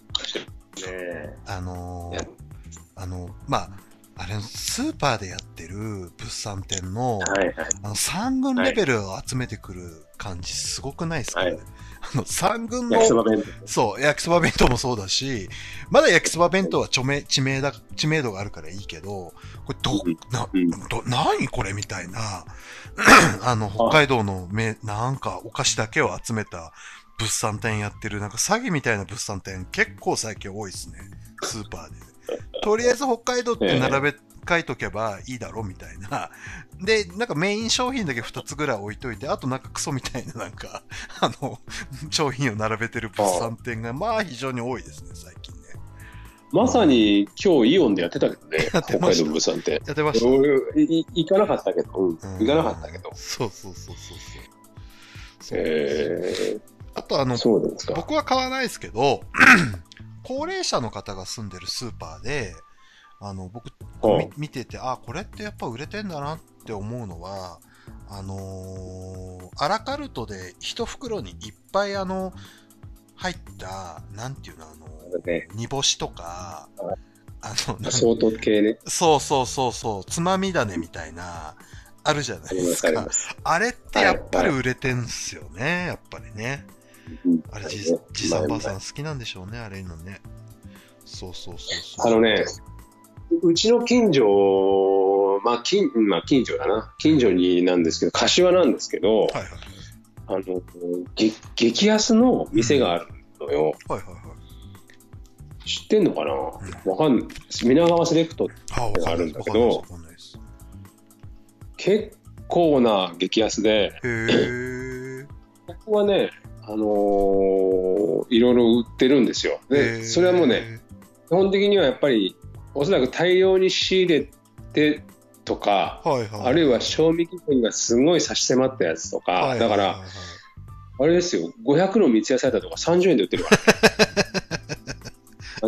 まあ、あれ、スーパーでやってる物産展の、3軍レベルを集めてくる感じすごくないですかね。3軍の、そう、焼きそば弁当もそうだし、まだ焼きそば弁当は知名度があるからいいけど、これ何これみたいな、北海道のなんかお菓子だけを集めた物産展やってる、なんか詐欺みたいな物産展結構最近多いですね、スーパーで。とりあえず北海道って書いとけばいいだろみたいな。で、なんかメイン商品だけ2つぐらい置いといて、あとなんかクソみたいななんか、商品を並べてる物産展が、まあ非常に多いですね、最近ね。 まさに今日イオンでやってたけどね、北海道物産展。 やってました。 行かなかったけど、行かなかったけど。 そうそう。あと僕は買わないですけど、高齢者の方が住んでるスーパーで、僕見てて、これってやっぱ売れてんだなって思うのは、アラカルトで一袋にいっぱい入った、なんていうの、煮干しとか、 相当系ね。 そう、つまみ種みたいな、あるじゃないですか。あれってやっぱり売れてんすよね、やっぱりね。あれ、じさんばあさん好きなんでしょうね、あれのね。そう。 うちの近所、近所だな。近所になんですけど、柏なんですけど、激安の店があるのよ。知ってんのかな、わかんない。皆川セレクトってがあるんだけど、結構な激安で、ここはね、いろいろ売ってるんですよ。で、それはもうね、基本的にはやっぱり、おそらく大量に仕入れてとか、あるいは賞味期限がすごい差し迫ったやつとか、だから、あれですよ、500の三ツ矢サイダーとか30円で売ってるから。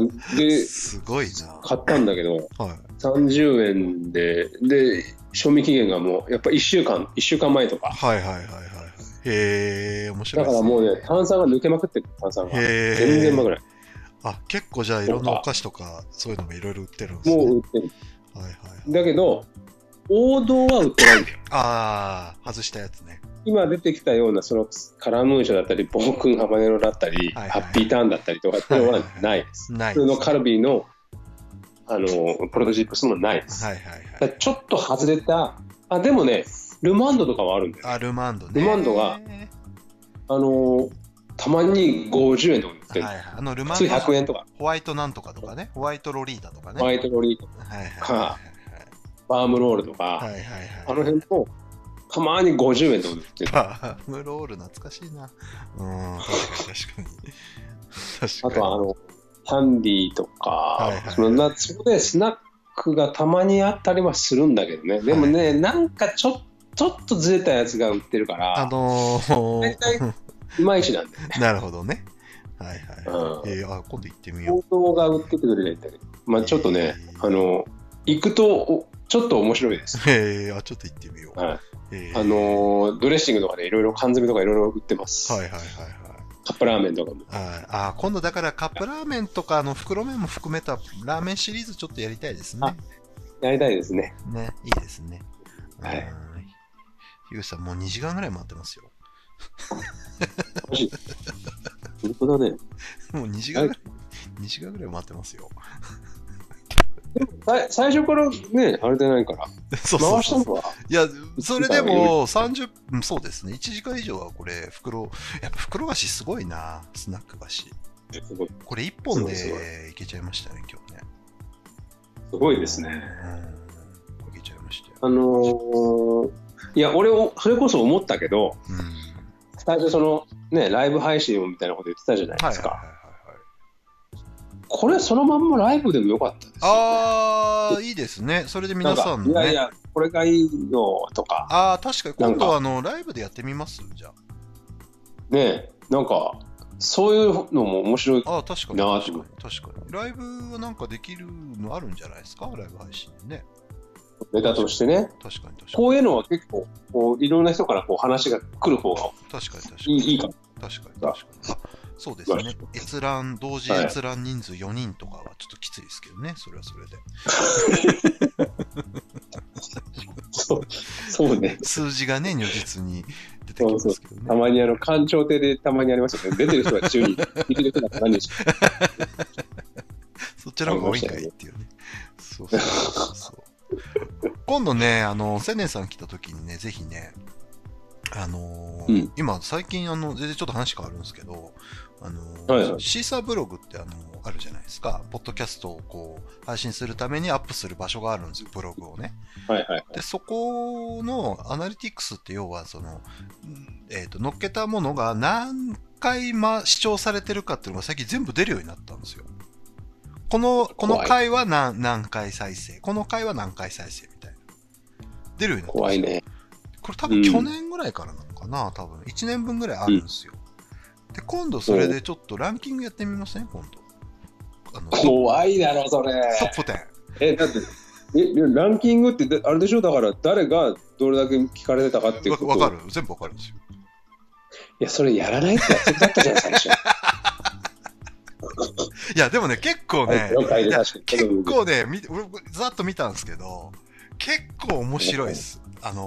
すごいな。 買ったんだけど、30円で、賞味期限がもう、やっぱ1週間前とか。 へー、面白い。 だからもうね、炭酸が抜けまくってる、炭酸が。全然うまくない。 結構じゃあいろんなお菓子とか、そういうのもいろいろ売ってるんですね。 もう売ってる。だけど、王道は売ってないんだよ。 外したやつね。 今出てきたようなそのカラムーショだったり暴君ハバネロだったり、 はいはいハッピーターンだったりとかっていうのはないです。 ないです。 普通のカルビーのポテトチップスもないです。 はいはいだかはい。 らちょっと外れた、でもね、ルマンドとかはあるんだよ。 あ、ルマンドね。 ルマンドがたまに50円とか売ってる。 はいはい。ルマ普通ンド 100円とか、 ホワイトなんとかとかね。ホワイトロリータとかね。 ホワイトロリーとか、 はいはいかはバームロールとか、 いはい。はいはいはい。 あの辺もたまに50円とか売ってる。 バームロール懐かしいな。確かに確かに。確かに。 あとはキャンディーとか、 はいはいそこでスナックがたまにあったりはするんだけどね。でもね、なんかちょっとずれたやつが売ってるから、大体いまいちなんだよね。 なるほどね。はいはい。今度行ってみよう。 報道が売っててくれないんだけど、まあちょっとね、行くとちょっと面白いです。 ちょっと行ってみよう。 はい、ドレッシングとかでいろいろ缶詰とかいろいろ売ってます。 はいはいはいはい。 カップラーメンとかも。 今度だからカップラーメンとか袋麺も含めたラーメンシリーズちょっとやりたいですね。 やりたいですね。 ね、いいですね。 はい。 樋口さんもう2時間ぐらい待ってますよ。 マジ本当だね。 もう2時間ぐらい待ってますよ。 最初からね、あれでないから。回したのは。 いや、それでも30、そうですね。1時間以上はこれ、やっぱ袋菓子すごいな、スナック菓子。これ1本でいけちゃいましたね、今日ね。 すごいですね。 いけちゃいましたよ。 いや、俺、それこそ思ったけど、最初ライブ配信みたいなこと言ってたじゃないですか。これそのまんまライブでもよかったですよね。 いいですね。それで皆さんのね。 いやいや、これがいいよとか。 確かに今度ライブでやってみますじゃあ。 ねえ、なんか、そういうのも面白いな確かに。ライブはなんかできるのあるんじゃないですか、ライブ配信でね。 ネタとしてね。 確かに。 こういうのは結構、いろんな人から話が来る方がいいかも。 確かに。そうですね。同時閲覧人数4人とかはちょっときついですけどね、それはそれで。 そうね。 数字がね、如実に出てきますけどね。 たまに官庁亭でたまにありますよね。出てる人が10人、聞いてる人が何人しか。 そっちの方が多いんかいっていうね。そう。今度ね、千年さん来た時にね、ぜひね、今最近全然ちょっと話変わるんですけど、シーサーブログってあるじゃないですか。ポッドキャストをこう配信するためにアップする場所があるんですよ、ブログをね。で、そこのアナリティクスって要は乗っけたものが何回視聴されてるかっていうのが最近全部出るようになったんですよ。この回は何回再生、この回は何回再生みたいな。出るようになったんですよ。 怖いね。 これ多分去年ぐらいからなのかな、多分1年分ぐらいあるんですよ。で、今度それでちょっとランキングやってみません、今度。 怖いだろ、それ。 トップ10。 だって、ランキングってあれでしょ、だから誰がどれだけ聞かれてたかっていうこと。 わかる、全部わかるんですよ。 いや、それやらないって約束だったじゃん、最初。 いや、でもね、結構ね、俺ざっと見たんですけど、結構面白いっす。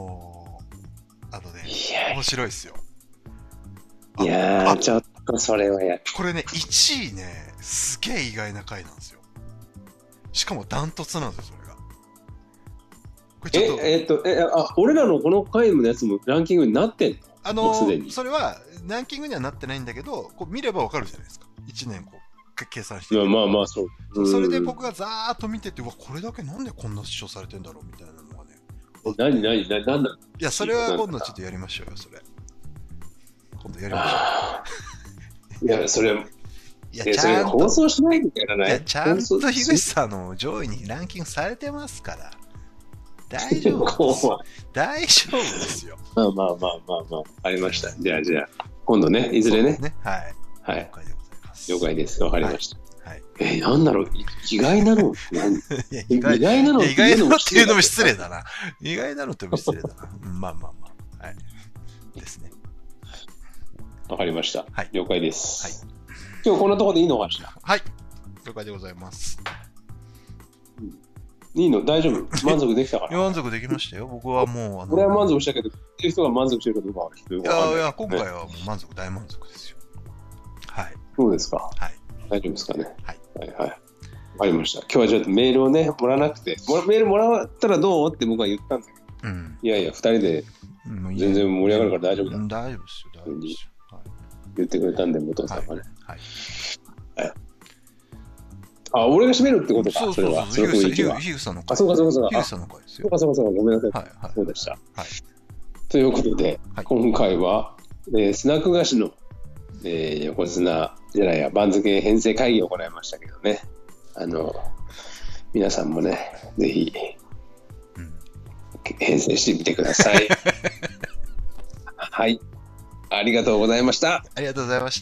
面白いっすよ。 いやー、ちょっとそれはこれね、1位ね、すげえ意外な回なんですよ。しかもダントツなんですよ、それが。これちょっと俺らのこの回のやつもランキングになってんの？すでに。 それはランキングにはなってないんだけど、こう見ればわかるじゃないですか。1年こう計算して。 いや、まあそう。 それで僕がざーっと見てて、これだけなんでこんな視聴されてんだろうみたいなのがね。 何だ？いや、それは今度ちょっとやりましょうよ、それ。今度やりましょう。いや、それ、 ちゃんと放送しないとやらない。 いや、ちゃんと樋口さんの上位にランキングされてますから。大丈夫です。大丈夫ですよ。 まあ。ありました。じゃあ、今度ね、いずれね。 はい。 了解でございます。了解です。わかりました。 はい。 なんだろう、意外なの意外なのっていうのも失礼だな。意外なのっても失礼だな。まあ。はい。ですね。 わかりました。了解です。 はい。 今日こんなところでいいのかしら。 はい。了解でございます。 いいの大丈夫満足できたかな。 満足できましたよ。僕はもう、 俺は満足したけど、っていう人が満足してるかどうかはちょっとよくわかんない。 いや、今回はもう大満足ですよ。はい。 そうですか。 はい。 大丈夫ですかね。 はい。 はいはい。わかりました。今日はちょっとメールをね、もらわなくて、メールもらったらどうって僕は言ったんだけど、いやいや、2人で全然盛り上がるから大丈夫だ。 大丈夫ですよ、大丈夫ですよ。 言ってくれたんで、元さんがね。 はい。 あ、俺が締めるってことか。 そう。 ヒグさんの回。 そうか。 ヒグさんの回ですよ。 そうか。ごめんなさい。そうでした。ということで、今回は、スナック菓子の、横綱じゃないや、番付編成会議を行いましたけどね。皆さんもね、ぜひ、編成してみてください。はい。ありがとうございました。 ありがとうございました。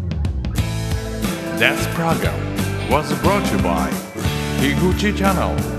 This program was brought to you by Higuchi Channel.